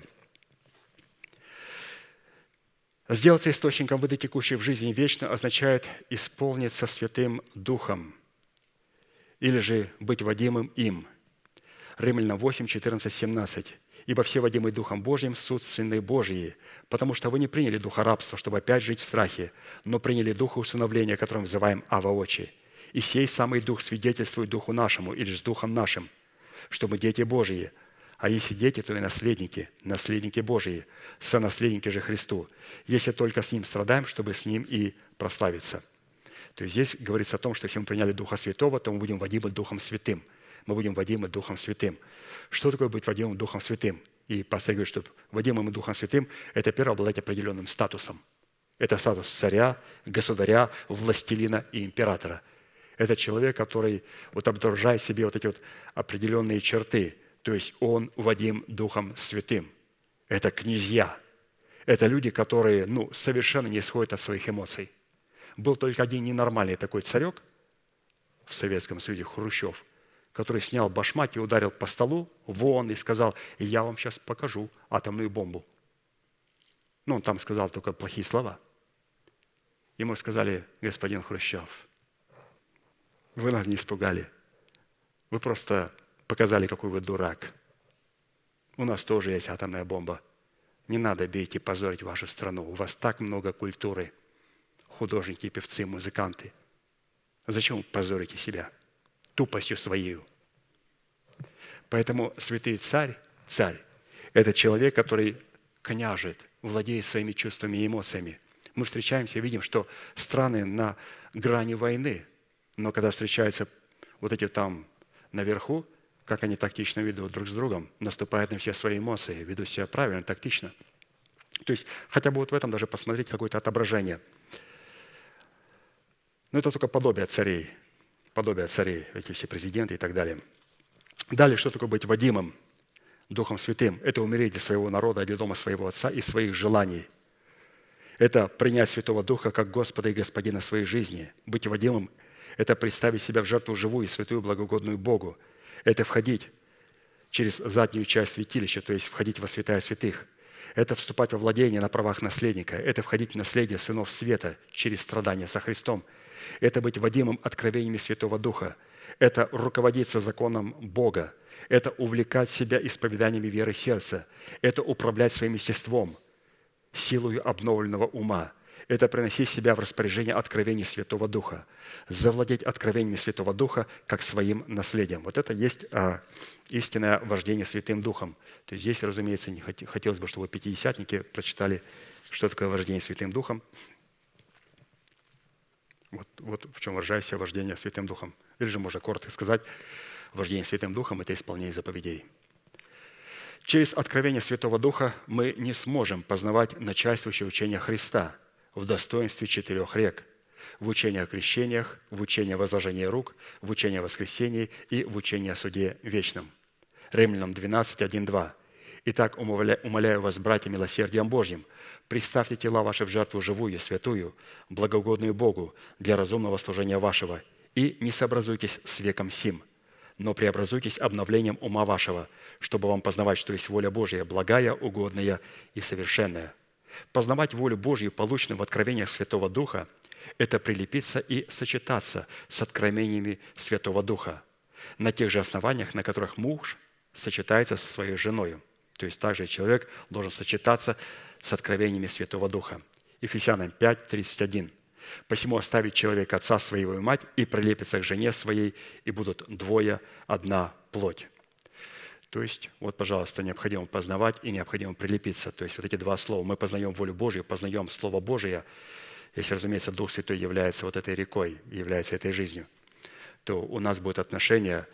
Сделаться источником воды, текущей в жизни вечно, означает исполниться Святым Духом или же быть водимым им. Римлянам 8, 14, 17. «Ибо все водимые Духом Божьим суть сыны Божьи, потому что вы не приняли духа рабства, чтобы опять жить в страхе, но приняли духа усыновления, которым называем Ава Отче. И сей самый Дух свидетельствует Духу нашему, или же с Духом нашим, что мы дети Божьи. А если дети, то и наследники, наследники Божьи, сонаследники же Христу, если только с Ним страдаем, чтобы с Ним и прославиться». То есть здесь говорится о том, что если мы приняли Духа Святого, то мы будем водимы Духом Святым. Мы будем водимы Духом Святым. Что такое быть водимым Духом Святым? И пастор говорит, что водимым Духом Святым – это первое, обладать определенным статусом. Это статус царя, государя, властелина и императора. Это человек, который обнаружает в себе эти определенные черты. То есть он водим Духом Святым. Это князья. Это люди, которые совершенно не исходят от своих эмоций. Был только один ненормальный такой царек в Советском Союзе, Хрущев, который снял башмак и ударил по столу вон и сказал: «Я вам сейчас покажу атомную бомбу». Он там сказал только плохие слова. Ему сказали: «Господин Хрущев, вы нас не испугали. Вы просто показали, какой вы дурак. У нас тоже есть атомная бомба. Не надо бить и позорить вашу страну. У вас так много культуры, художники, певцы, музыканты. Зачем вы позорите себя тупостью своей?» Поэтому святый царь – это человек, который княжит, владеет своими чувствами и эмоциями. Мы встречаемся и видим, что страны на грани войны, но когда встречаются эти там наверху, как они тактично ведут друг с другом, наступают на все свои эмоции, ведут себя правильно, тактично. То есть хотя бы в этом даже посмотреть какое-то отображение. Но это только подобие царей, эти все президенты и так далее. Далее, что такое быть водимым? Духом Святым. Это умереть для своего народа, для дома своего Отца и своих желаний. Это принять Святого Духа как Господа и Господина своей жизни. Быть водимым – это представить себя в жертву живую и святую, благогодную Богу. Это входить через заднюю часть святилища, то есть входить во святая святых. Это вступать во владение на правах наследника. Это входить в наследие сынов света через страдания со Христом. Это быть водимым откровениями Святого Духа. Это руководиться законом Бога. Это увлекать себя исповеданиями веры сердца. Это управлять своим естеством, силою обновленного ума. Это приносить себя в распоряжение откровений Святого Духа. Завладеть откровениями Святого Духа как своим наследием. Вот это есть истинное вождение Святым Духом. То есть здесь, разумеется, не хотелось бы, чтобы пятидесятники прочитали, что такое вождение Святым Духом. Вот в чем выражает себя вождение Святым Духом. Или же можно коротко сказать, вождение Святым Духом – это исполнение заповедей. Через откровение Святого Духа мы не сможем познавать начальствующее учение Христа в достоинстве 4 рек, в учении о крещениях, в учении о возложении рук, в учении о воскресении и в учении о суде вечном. Римлянам 12, 1, 2. «Итак, умоляю вас, братья, милосердием Божьим, представьте тела ваши в жертву живую, святую, благоугодную Богу для разумного служения вашего, и не сообразуйтесь с веком сим, но преобразуйтесь обновлением ума вашего, чтобы вам познавать, что есть воля Божья, благая, угодная и совершенная». Познавать волю Божью, полученную в откровениях Святого Духа, это прилепиться и сочетаться с откровениями Святого Духа на тех же основаниях, на которых муж сочетается со своей женой. То есть также человек должен сочетаться с откровениями Святого Духа. Ефесянам 5, 31. «Посему оставит человек отца своего и мать, и прилепится к жене своей, и будут двое одна плоть». То есть, вот, пожалуйста, необходимо познавать и необходимо прилепиться. То есть вот эти два слова. Мы познаем волю Божью, познаем Слово Божие. Если, разумеется, Дух Святой является вот этой рекой, является этой жизнью, то у нас будет отношение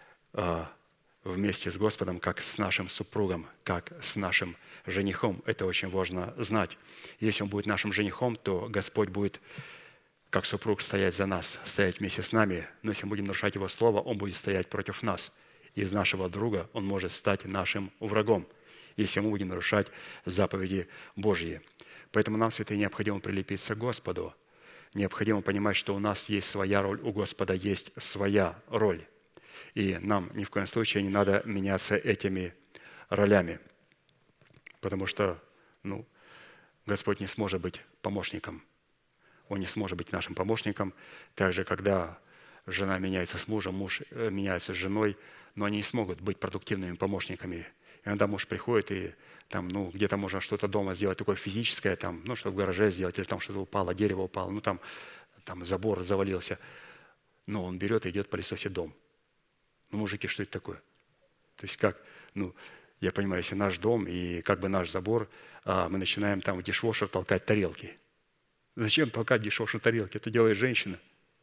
вместе с Господом, как с нашим супругом, как с нашим женихом. Это очень важно знать. Если Он будет нашим женихом, то Господь будет, как супруг, стоять за нас, стоять вместе с нами. Но если мы будем нарушать Его Слово, Он будет стоять против нас. Из нашего друга он может стать нашим врагом, если мы будем нарушать заповеди Божьи. Поэтому нам, святые, необходимо прилепиться к Господу. Необходимо понимать, что у нас есть своя роль, у Господа есть своя роль. И нам ни в коем случае не надо меняться этими ролями, потому что Господь не сможет быть помощником. Он не сможет быть нашим помощником. Также, когда жена меняется с мужем, муж меняется с женой, но они не смогут быть продуктивными помощниками. Иногда муж приходит, и там, где-то можно что-то дома сделать такое физическое, что в гараже сделать, или там что-то упало, дерево упало, там забор завалился. Но он берет и идет пылесосить дом. Мужики, что это такое? То есть как, я понимаю, если наш дом и как бы наш забор, мы начинаем там в дишвошер толкать тарелки. Зачем толкать в дишвошер тарелки? Это делает женщина.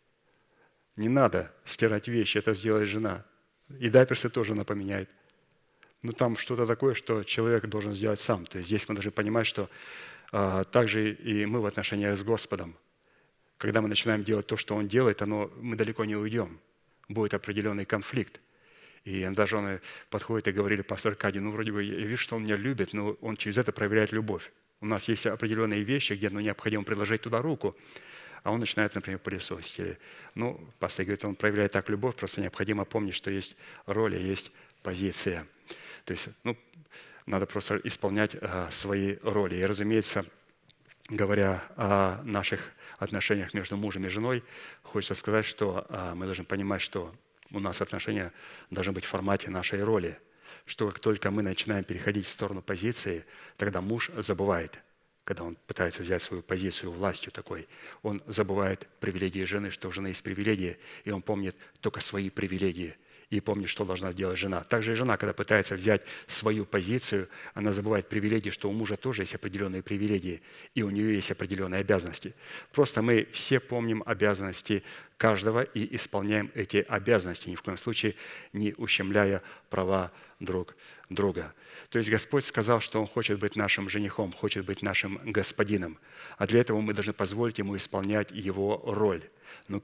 Не надо стирать вещи, это сделает жена. И дайперсы тоже она поменяет. Там что-то такое, что человек должен сделать сам. То есть здесь мы должны понимать, что также и мы в отношениях с Господом. Когда мы начинаем делать то, что Он делает, мы далеко не уйдем. Будет определенный конфликт. И иногда жены подходят и говорили: пастор Аркадий, вроде бы я вижу, что он меня любит, но он через это проявляет любовь. У нас есть определенные вещи, где необходимо приложить туда руку, а он начинает, например, пылесосить. Или, пастор говорит, он проявляет так любовь, просто необходимо помнить, что есть роль, есть позиция. То есть, надо просто исполнять свои роли. И, разумеется, говоря о наших отношениях между мужем и женой, хочется сказать, что мы должны понимать, что у нас отношения должны быть в формате нашей роли, что как только мы начинаем переходить в сторону позиции, тогда муж забывает, когда он пытается взять свою позицию властью такой, он забывает привилегии жены, что у жены есть привилегии, и он помнит только свои привилегии, и помнит, что должна сделать жена. Также и жена, когда пытается взять свою позицию, она забывает привилегии, что у мужа тоже есть определенные привилегии, и у нее есть определенные обязанности. Просто мы все помним обязанности каждого и исполняем эти обязанности, ни в коем случае не ущемляя права друг друга. То есть Господь сказал, что Он хочет быть нашим женихом, хочет быть нашим господином, а для этого мы должны позволить Ему исполнять Его роль. Как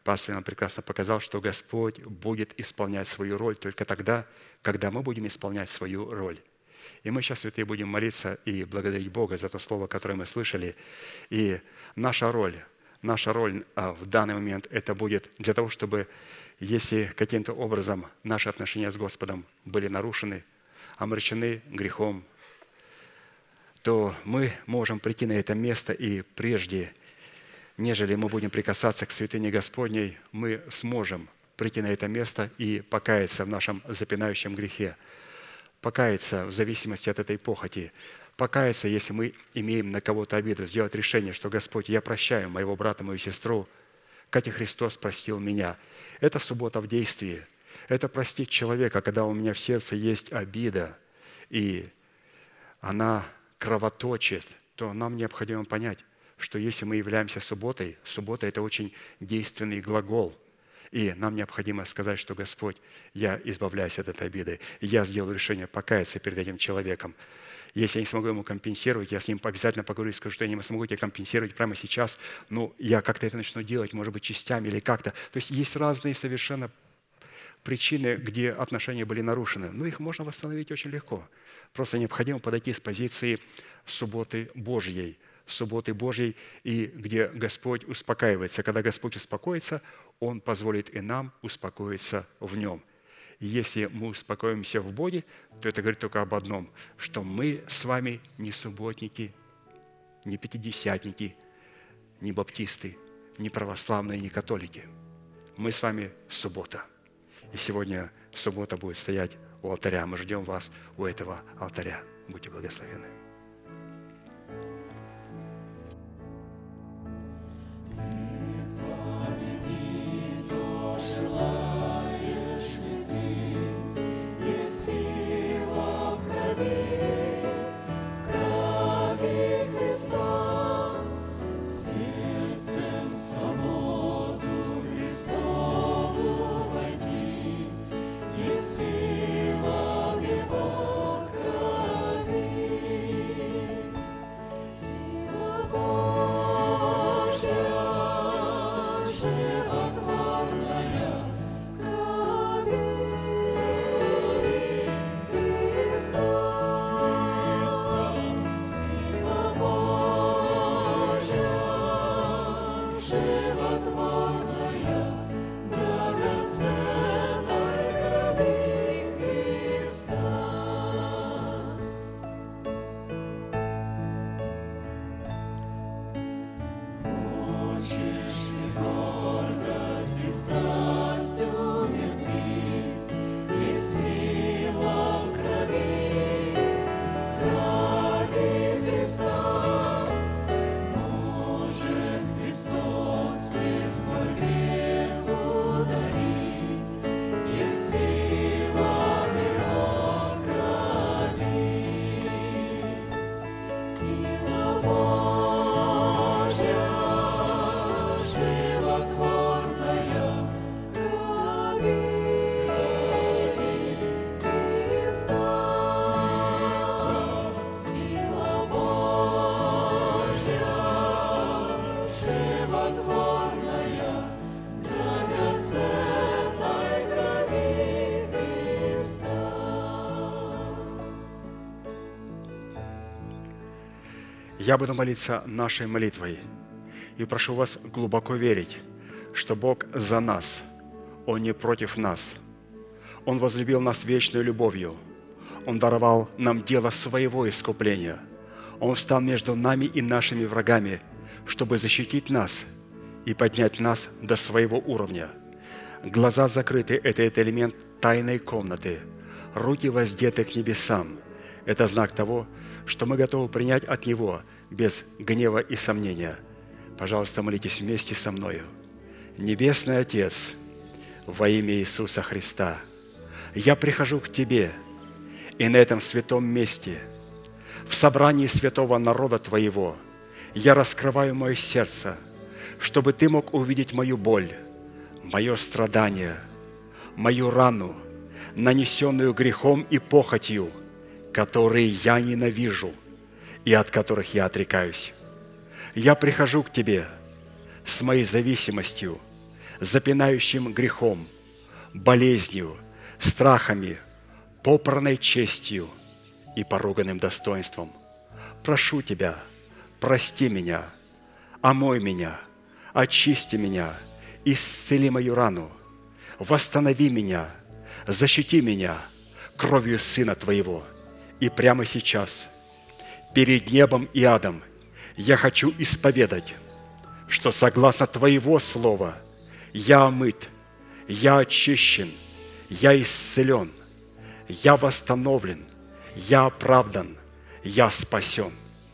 Пастор нам прекрасно показал, что Господь будет исполнять свою роль только тогда, когда мы будем исполнять свою роль. И мы сейчас, святые, будем молиться и благодарить Бога за то слово, которое мы слышали. И наша роль в данный момент это будет для того, чтобы, если каким-то образом наши отношения с Господом были нарушены, омрачены грехом, то мы можем прийти на это место, и прежде, нежели мы будем прикасаться к святыне Господней, мы сможем прийти на это место и покаяться в нашем запинающем грехе, покаяться в зависимости от этой похоти, покаяться, если мы имеем на кого-то обиду, сделать решение, что «Господь, я прощаю моего брата, мою сестру, как и Христос простил меня». Это суббота в действии. Это простить человека, когда у меня в сердце есть обида, и она кровоточит, то нам необходимо понять, что если мы являемся субботой, суббота – это очень действенный глагол, и нам необходимо сказать, что «Господь, я избавляюсь от этой обиды, я сделал решение покаяться перед этим человеком». Если я не смогу ему компенсировать, я с ним обязательно поговорю и скажу, что я не смогу тебе компенсировать прямо сейчас, но я как-то это начну делать, может быть, частями или как-то. То есть есть разные совершенно причины, где отношения были нарушены, но их можно восстановить очень легко. Просто необходимо подойти с позиции субботы Божьей, и где Господь успокаивается. Когда Господь успокоится, Он позволит и нам успокоиться в Нем. И если мы успокоимся в Боге, то это говорит только об одном, что мы с вами не субботники, не пятидесятники, не баптисты, не православные, не католики. Мы с вами суббота. И сегодня суббота будет стоять у алтаря. Мы ждем вас у этого алтаря. Будьте благословенны. Я буду молиться нашей молитвой и прошу вас глубоко верить, что Бог за нас, Он не против нас. Он возлюбил нас вечной любовью. Он даровал нам дело своего искупления. Он встал между нами и нашими врагами, чтобы защитить нас и поднять нас до своего уровня. Глаза закрыты – это элемент тайной комнаты. Руки воздеты к небесам. Это знак того, что мы готовы принять от Него без гнева и сомнения. Пожалуйста, молитесь вместе со мною. Небесный Отец, во имя Иисуса Христа, я прихожу к Тебе и на этом святом месте, в собрании святого народа Твоего, я раскрываю мое сердце, чтобы Ты мог увидеть мою боль, мое страдание, мою рану, нанесенную грехом и похотью, которые я ненавижу и от которых я отрекаюсь. Я прихожу к Тебе с моей зависимостью, запинающим грехом, болезнью, страхами, попранной честью и поруганным достоинством. Прошу Тебя, прости меня, омой меня, очисти меня, исцели мою рану, восстанови меня, защити меня кровью Сына Твоего. И прямо сейчас, перед небом и адом, я хочу исповедать, что согласно Твоего Слова я омыт, я очищен, я исцелен, я восстановлен, я оправдан, я спасен.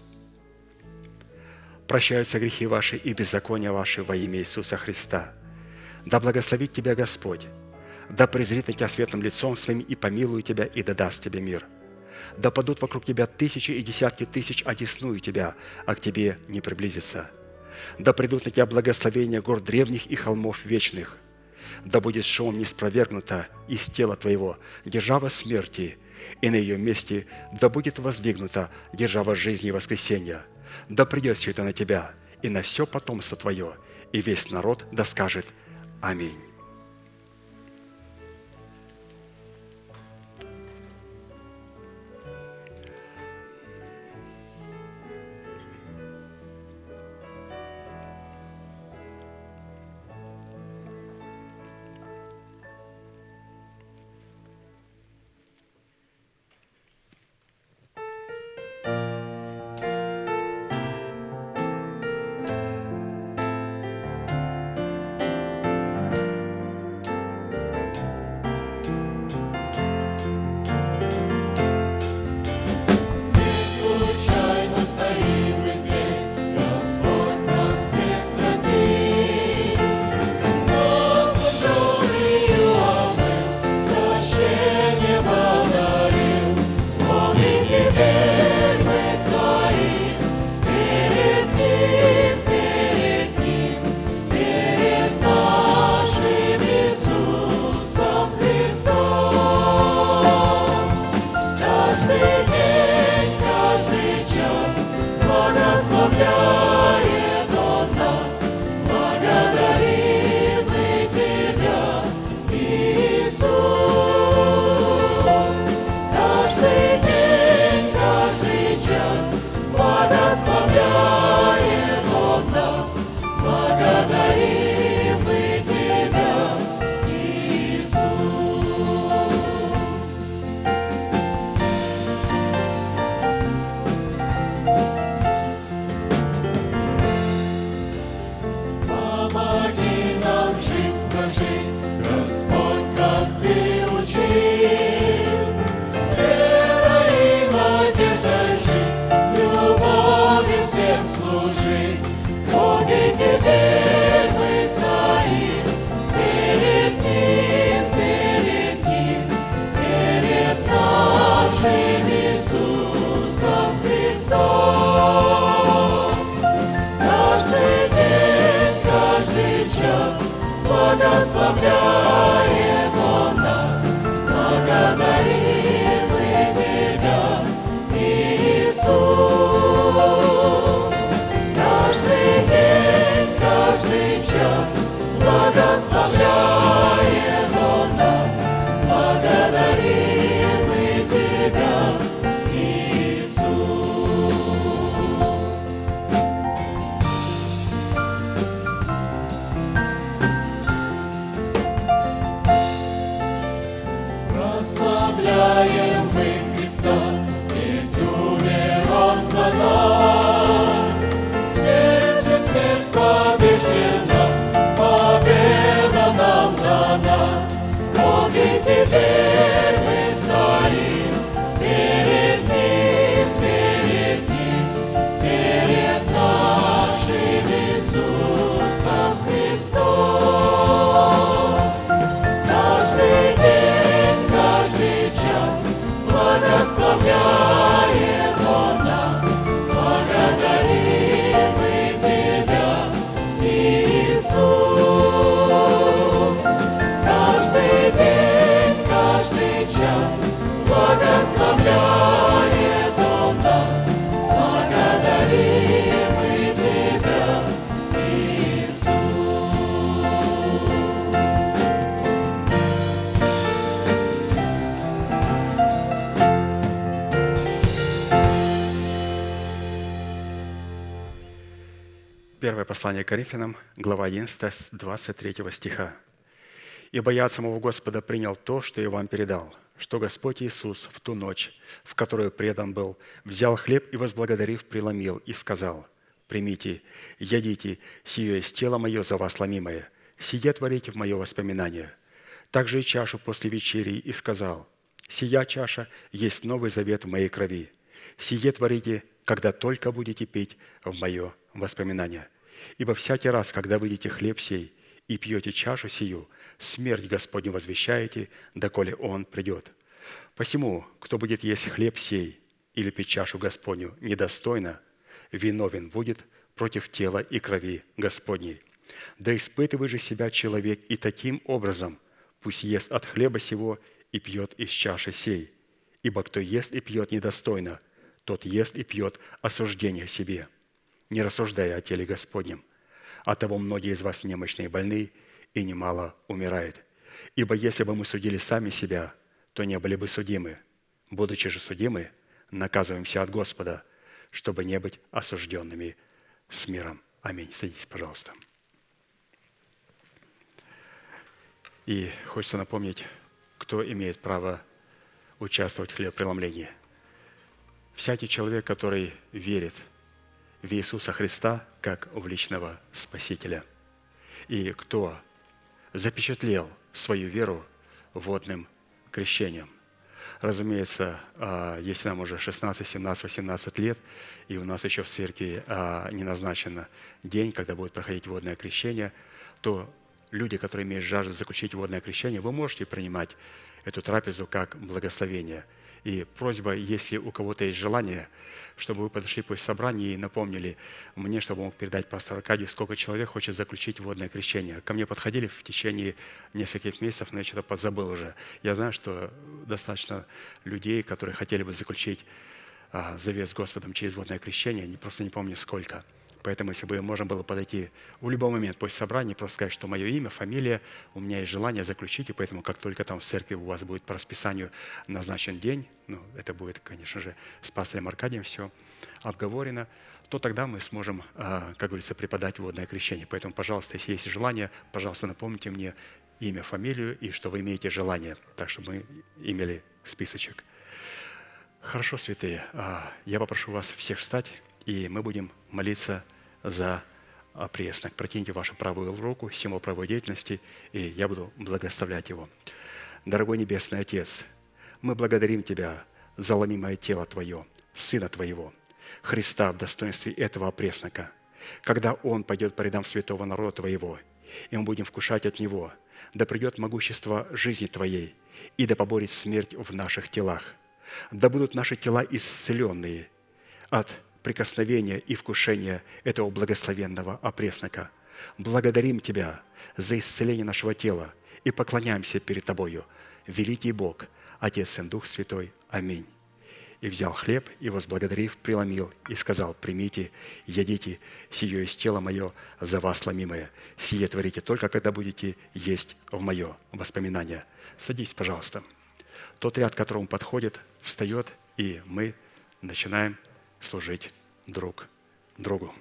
Прощаются грехи ваши и беззакония ваши во имя Иисуса Христа. Да благословит тебя Господь, да презрит на тебя светлым лицом своим и помилует тебя, и да даст тебе мир. Да падут вокруг тебя тысячи и десятки тысяч, одесную тебя, а к тебе не приблизится. Да придут на тебя благословения гор древних и холмов вечных. Да будет шум не спровергнута из тела твоего держава смерти, и на ее месте да будет воздвигнута держава жизни и воскресения. Да придет все это на тебя и на все потомство твое, и весь народ да скажет Аминь. Случайно стоим мы здесь, Господь нас всех сотворил. Нас Он кровью омыл, прощение подарил. Он и теперь мы стоим перед Ним, перед нашим Иисусом Христом. Каждый день, каждый час благословляет Он нас. Благодарим мы Тебя, Иисус. Каждый день, каждый час благословляет Он нас. Благодарим мы Тебя, Иисус. Помоги нам жизнь прожить, Господь, как Ты учил. Верой и надеждой жить, любовью всем служить. Вот и теперь мы стоим перед Ним, перед нашим Иисусом Христом. Каждый день, каждый час благословляет Он нас. Благодарим мы Тебя, Иисус. Каждый день, каждый час благословляет Он нас. Благодарим мы Тебя, Иисус. Прославляем мы Христа, ведь умер Он за нас. Смертью смерть побеждена, победа нам дана. Вот и теперь мы стоим перед Ним, перед нашим Иисусом Христом. Каждый день, каждый час благословляет Он нас. Благодарим мы Тебя, Иисус. Каждый день, каждый час благословляет Он нас. Благодарим мы Тебя, Иисус. Первое послание к Коринфянам, глава 11, с 23 стиха. «Ибо я от самого Господа принял то, что я вам передал, что Господь Иисус в ту ночь, в которую предан был, взял хлеб и, возблагодарив, преломил и сказал: „Примите, едите, сие есть тело мое за вас ломимое, сие творите в мое воспоминание“. Также и чашу после вечери и сказал: „Сия чаша есть новый завет в моей крови. Сие творите, когда только будете пить в мое воспоминание. Ибо всякий раз, когда вы едите хлеб сей и пьете чашу сию, смерть Господню возвещаете, доколе Он придет. Посему, кто будет есть хлеб сей или пить чашу Господню недостойно, виновен будет против тела и крови Господней. Да испытывай же себя человек, и таким образом пусть ест от хлеба сего и пьет из чаши сей. Ибо кто ест и пьет недостойно, тот ест и пьет осуждение себе, не рассуждая о теле Господнем. Оттого многие из вас немощные и больны, и немало умирает. Ибо если бы мы судили сами себя, то не были бы судимы. Будучи же судимы, наказываемся от Господа, чтобы не быть осужденными с миром. Аминь. Садитесь, пожалуйста. И хочется напомнить, кто имеет право участвовать в хлебопреломлении. Всякий человек, который верит в Иисуса Христа как в личного Спасителя, и кто запечатлел свою веру водным крещением. Разумеется, если нам уже 16, 17, 18 лет, и у нас еще в церкви не назначен день, когда будет проходить водное крещение, то люди, которые имеют жажду заключить водное крещение, вы можете принимать эту трапезу как благословение. И просьба, если у кого-то есть желание, чтобы вы подошли после собрания и напомнили мне, чтобы мог передать пастору Аркадию, сколько человек хочет заключить водное крещение. Ко мне подходили в течение нескольких месяцев, но я что-то подзабыл уже. Я знаю, что достаточно людей, которые хотели бы заключить завет с Господом через водное крещение, просто не помню сколько. Поэтому, если бы можно было подойти в любой момент после собрания, просто сказать, что мое имя, фамилия, у меня есть желание заключить, и поэтому, как только там в церкви у вас будет по расписанию назначен день, это будет, конечно же, с пастором Аркадием все обговорено, то тогда мы сможем, как говорится, преподать водное крещение. Поэтому, пожалуйста, если есть желание, пожалуйста, напомните мне имя, фамилию и что вы имеете желание, так чтобы мы имели списочек. Хорошо, святые, я попрошу вас всех встать, и мы будем молиться за опреснок. Протяните вашу правую руку, символ правой деятельности, и я буду благословлять его. Дорогой Небесный Отец, мы благодарим Тебя за ломимое тело Твое, Сына Твоего, Христа в достоинстве этого опреснока, когда Он пойдет по рядам святого народа Твоего, и мы будем вкушать от Него, да придет могущество жизни Твоей, и да поборет смерть в наших телах. Да будут наши тела исцеленные от прикосновения и вкушения этого благословенного опреснока. Благодарим Тебя за исцеление нашего тела и поклоняемся перед Тобою, великий Бог, Отец, Сын, Дух Святой. Аминь. И взял хлеб, и, возблагодарив, преломил, и сказал: «Примите, едите, сие есть тело мое за вас ломимое. Сие творите только, когда будете есть в мое воспоминание». Садись, пожалуйста. Тот ряд, к которому подходит, встает, и мы начинаем служить друг другу.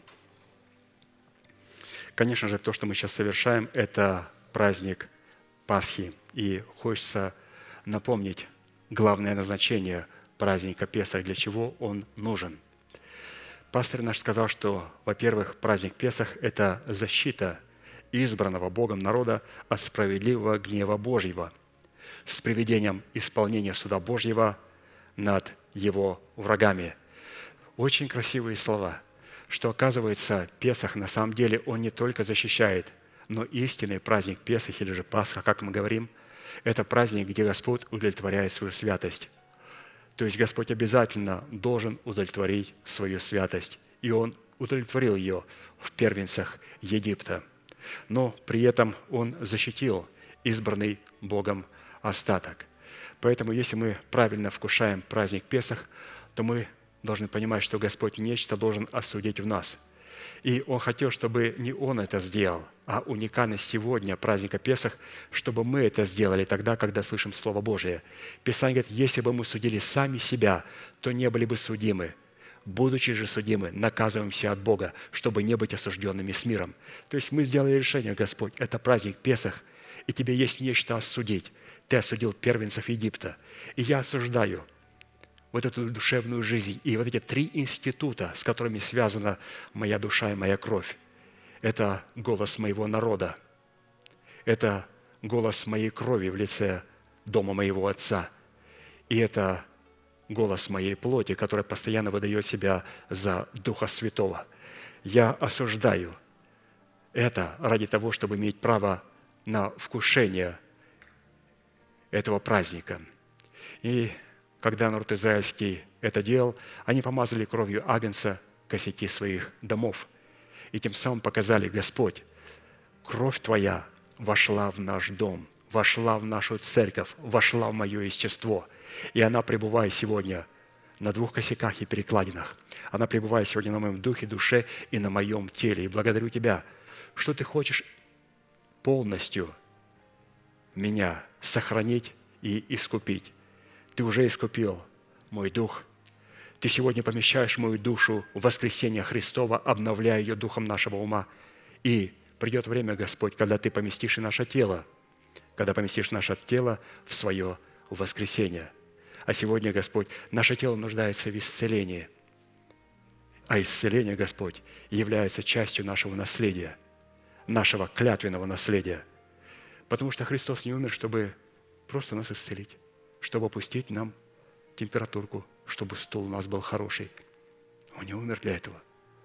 Конечно же, то, что мы сейчас совершаем, это праздник Пасхи. И хочется напомнить главное назначение праздника Песах, для чего он нужен. Пастор наш сказал, что, во-первых, праздник Песах – это защита избранного Богом народа от справедливого гнева Божьего с приведением исполнения суда Божьего над его врагами. Очень красивые слова, что, оказывается, Песах на самом деле он не только защищает, но истинный праздник Песах, или же Пасха, как мы говорим, это праздник, где Господь удовлетворяет свою святость. То есть Господь обязательно должен удовлетворить свою святость, и Он удовлетворил ее в первенцах Египта. Но при этом Он защитил избранный Богом остаток. Поэтому, если мы правильно вкушаем праздник Песах, то мы должны понимать, что Господь нечто должен осудить в нас. И Он хотел, чтобы не Он это сделал, а уникальность сегодня, праздника Песах, чтобы мы это сделали тогда, когда слышим Слово Божие. Писание говорит: если бы мы судили сами себя, то не были бы судимы. будучи же судимы, наказываемся от Бога, чтобы не быть осужденными с миром». То есть мы сделали решение, Господь, это праздник Песах, и Тебе есть нечто осудить. Ты осудил первенцев Египта, и я осуждаю вот эту душевную жизнь и вот эти 3 института, с которыми связана моя душа и моя кровь. Это голос моего народа, это голос моей крови в лице дома моего отца, и это голос моей плоти, которая постоянно выдает себя за Духа Святого. Я осуждаю это ради того, чтобы иметь право на вкушение этого праздника. И когда народ израильский это делал, они помазали кровью агнца косяки своих домов. И тем самым показали: Господь, кровь Твоя вошла в наш дом, вошла в нашу церковь, вошла в мое естество. И она пребывает сегодня на 2 косяках и перекладинах. Она пребывает сегодня на моем духе, душе и на моем теле. И благодарю Тебя, что Ты хочешь полностью меня сохранить и искупить. Ты уже искупил мой дух. Ты сегодня помещаешь мою душу в воскресение Христова, обновляя ее духом нашего ума. И придет время, Господь, когда Ты поместишь и наше тело, когда поместишь наше тело в свое воскресение. А сегодня, Господь, наше тело нуждается в исцелении. А исцеление, Господь, является частью нашего наследия, нашего клятвенного наследия. Потому что Христос не умер, чтобы просто нас исцелить, чтобы опустить нам температурку, чтобы стул у нас был хороший. Он не умер для этого.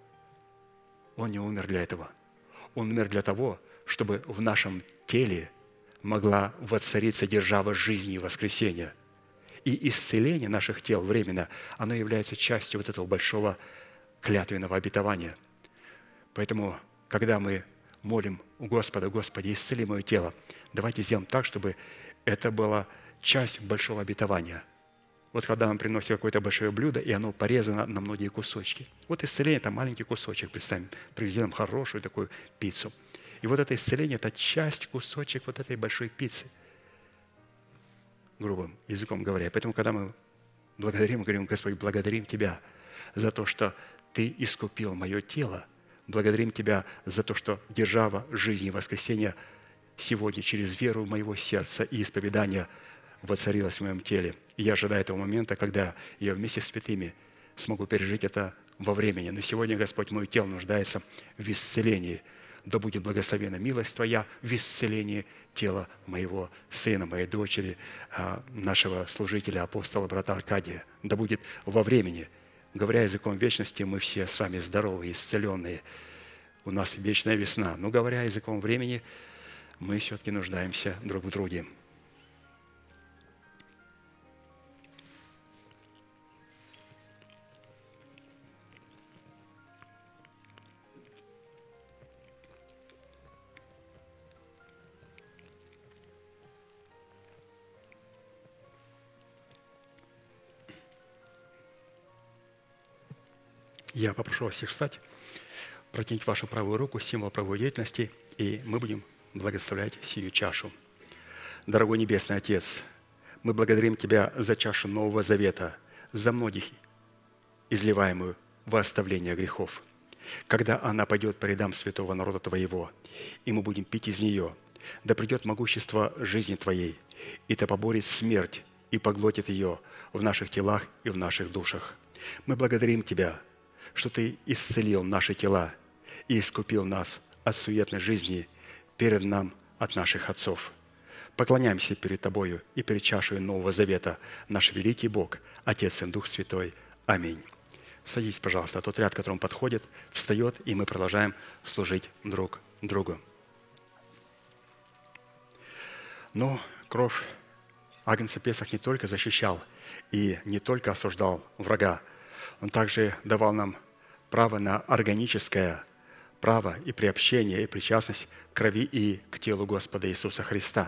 Он не умер для этого. Он умер для того, чтобы в нашем теле могла воцариться держава жизни и воскресения. И исцеление наших тел временно, оно является частью вот этого большого клятвенного обетования. Поэтому, когда мы молим у Господа: «Господи, исцели мое тело», давайте сделаем так, чтобы это была часть большого обетования. Вот когда нам приносят какое-то большое блюдо, и оно порезано на многие кусочки. Вот исцеление – это маленький кусочек. Представим, привези нам хорошую такую пиццу. И вот это исцеление – это часть, кусочек вот этой большой пиццы. Грубым языком говоря. Поэтому, когда мы благодарим, мы говорим: «Господь, благодарим Тебя за то, что Ты искупил мое тело. Благодарим Тебя за то, что держава жизни и воскресения сегодня через веру моего сердца и исповедания воцарилась в моем теле. И я ожидаю этого момента, когда я вместе с святыми смогу пережить это во времени. Но сегодня, Господь, мое тело нуждается в исцелении. Да будет благословена милость Твоя в исцелении тела моего сына, моей дочери, нашего служителя, апостола, брата Аркадия. Да будет во времени». Говоря языком вечности, мы все с вами здоровые, исцеленные. У нас вечная весна. Но говоря языком времени, мы все-таки нуждаемся друг в друге. Я попрошу вас всех встать, протяните вашу правую руку, символ правовой деятельности, и мы будем благословлять сию чашу. Дорогой Небесный Отец, мы благодарим Тебя за чашу Нового Завета, за многих изливаемую во оставление грехов. Когда она пойдет по рядам святого народа Твоего, и мы будем пить из нее, да придет могущество жизни Твоей, и Ты поборет смерть и поглотит ее в наших телах и в наших душах. Мы благодарим Тебя, что Ты исцелил наши тела и искупил нас от суетной жизни, перед нам от наших отцов. Поклоняемся перед Тобою и перед чашей Нового Завета, наш великий Бог, Отец и Дух Святой. Аминь. Садитесь, пожалуйста. Тот ряд, к которому подходит, встает, и мы продолжаем служить друг другу. Но кровь агнца Песах не только защищал и не только осуждал врага, он также давал нам право на органическое право и приобщение, и причастность к крови и к телу Господа Иисуса Христа.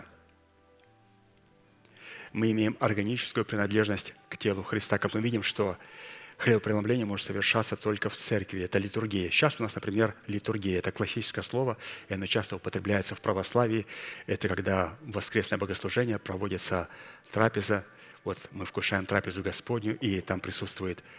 Мы имеем органическую принадлежность к телу Христа, как мы видим, что хлебопреломление может совершаться только в церкви. Это литургия. Сейчас у нас, например, литургия. Это классическое слово, и оно часто употребляется в православии. Это когда в воскресное богослужение проводится трапеза. Вот мы вкушаем трапезу Господню, и там присутствует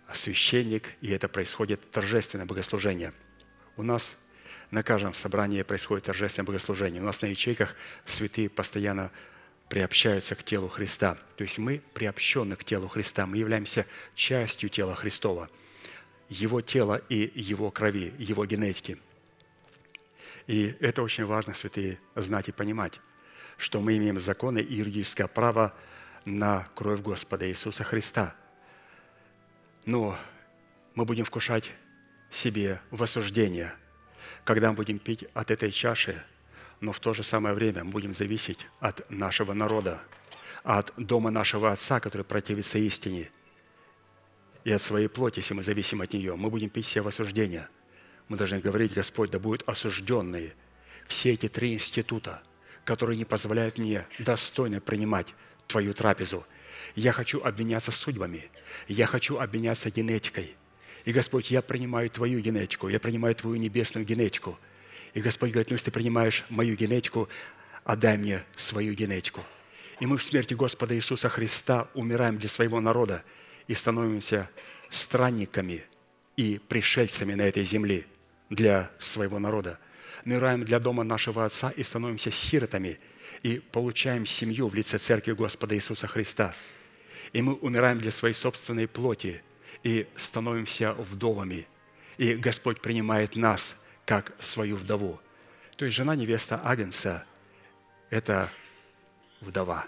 священник, и это происходит торжественное богослужение. У нас на каждом собрании происходит торжественное богослужение. У нас на ячейках святые постоянно приобщаются к телу Христа. То есть мы приобщены к телу Христа, мы являемся частью тела Христова, Его тела и Его крови, Его генетики. И это очень важно, святые, знать и понимать, что мы имеем законы и юридическое право на кровь Господа Иисуса Христа. Но мы будем вкушать себе в осуждение, когда мы будем пить от этой чаши, но в то же самое время мы будем зависеть от нашего народа, от дома нашего Отца, который противится истине, и от своей плоти, если мы зависим от нее. Мы будем пить себе в осуждение. Мы должны говорить: Господь, да будут осужденные все эти 3 института, которые не позволяют мне достойно принимать Твою трапезу. Я хочу обменяться судьбами, я хочу обменяться генетикой. И, Господь, я принимаю Твою генетику, я принимаю Твою небесную генетику. И Господь говорит: ну, если Ты принимаешь мою генетику, отдай мне свою генетику. И мы в смерти Господа Иисуса Христа умираем для своего народа и становимся странниками и пришельцами на этой земле для своего народа. Умираем для дома нашего Отца и становимся сиротами и получаем семью в лице Церкви Господа Иисуса Христа. И мы умираем для своей собственной плоти и становимся вдовами. И Господь принимает нас как свою вдову. То есть жена невеста Агнца – это вдова.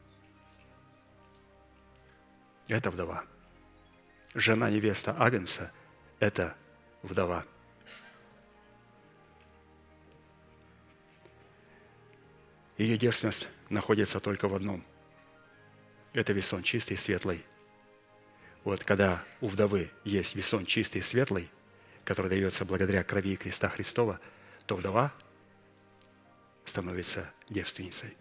Это вдова. Жена невеста Агнца – это вдова. Ее девственность находится только в одном. Это весон чистый и светлый. Вот когда у вдовы есть весон чистый и светлый, который дается благодаря крови креста Христова, то вдова становится девственницей.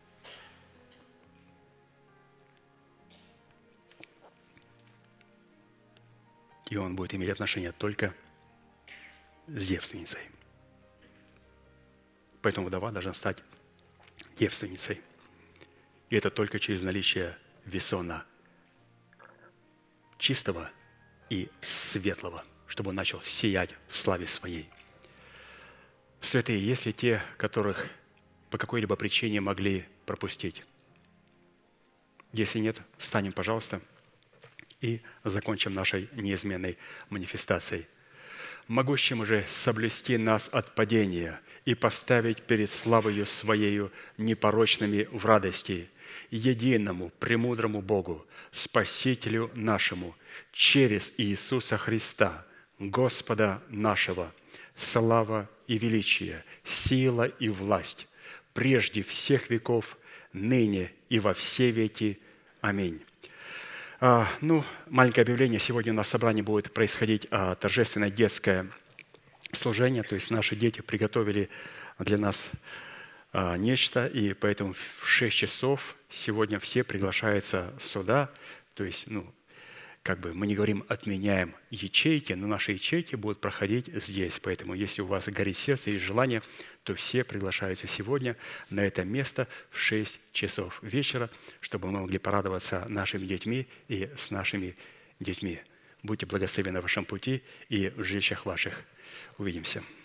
И он будет иметь отношение только с девственницей. Поэтому вдова должна стать девственницей. И это только через наличие весона чистого и светлого, чтобы он начал сиять в славе своей. Святые, есть ли те, которых по какой-либо причине могли пропустить? Если нет, встанем, пожалуйста, и закончим нашей неизменной манифестацией. Могущим же соблюсти нас от падения и поставить перед славою Своею непорочными в радости, единому, премудрому Богу, Спасителю нашему, через Иисуса Христа, Господа нашего, слава и величие, сила и власть, прежде всех веков, ныне и во все веки. Аминь. Маленькое объявление. Сегодня у нас в собрании будет происходить торжественное детское служение, то есть наши дети приготовили для нас нечто, и поэтому в 6 часов сегодня все приглашаются сюда, то есть, мы не говорим «отменяем ячейки», но наши ячейки будут проходить здесь. Поэтому, если у вас горит сердце и желание, то все приглашаются сегодня на это место в 6 часов вечера, чтобы мы могли порадоваться нашими детьми и с нашими детьми. Будьте благословенны на вашем пути и в жилищах ваших. Увидимся.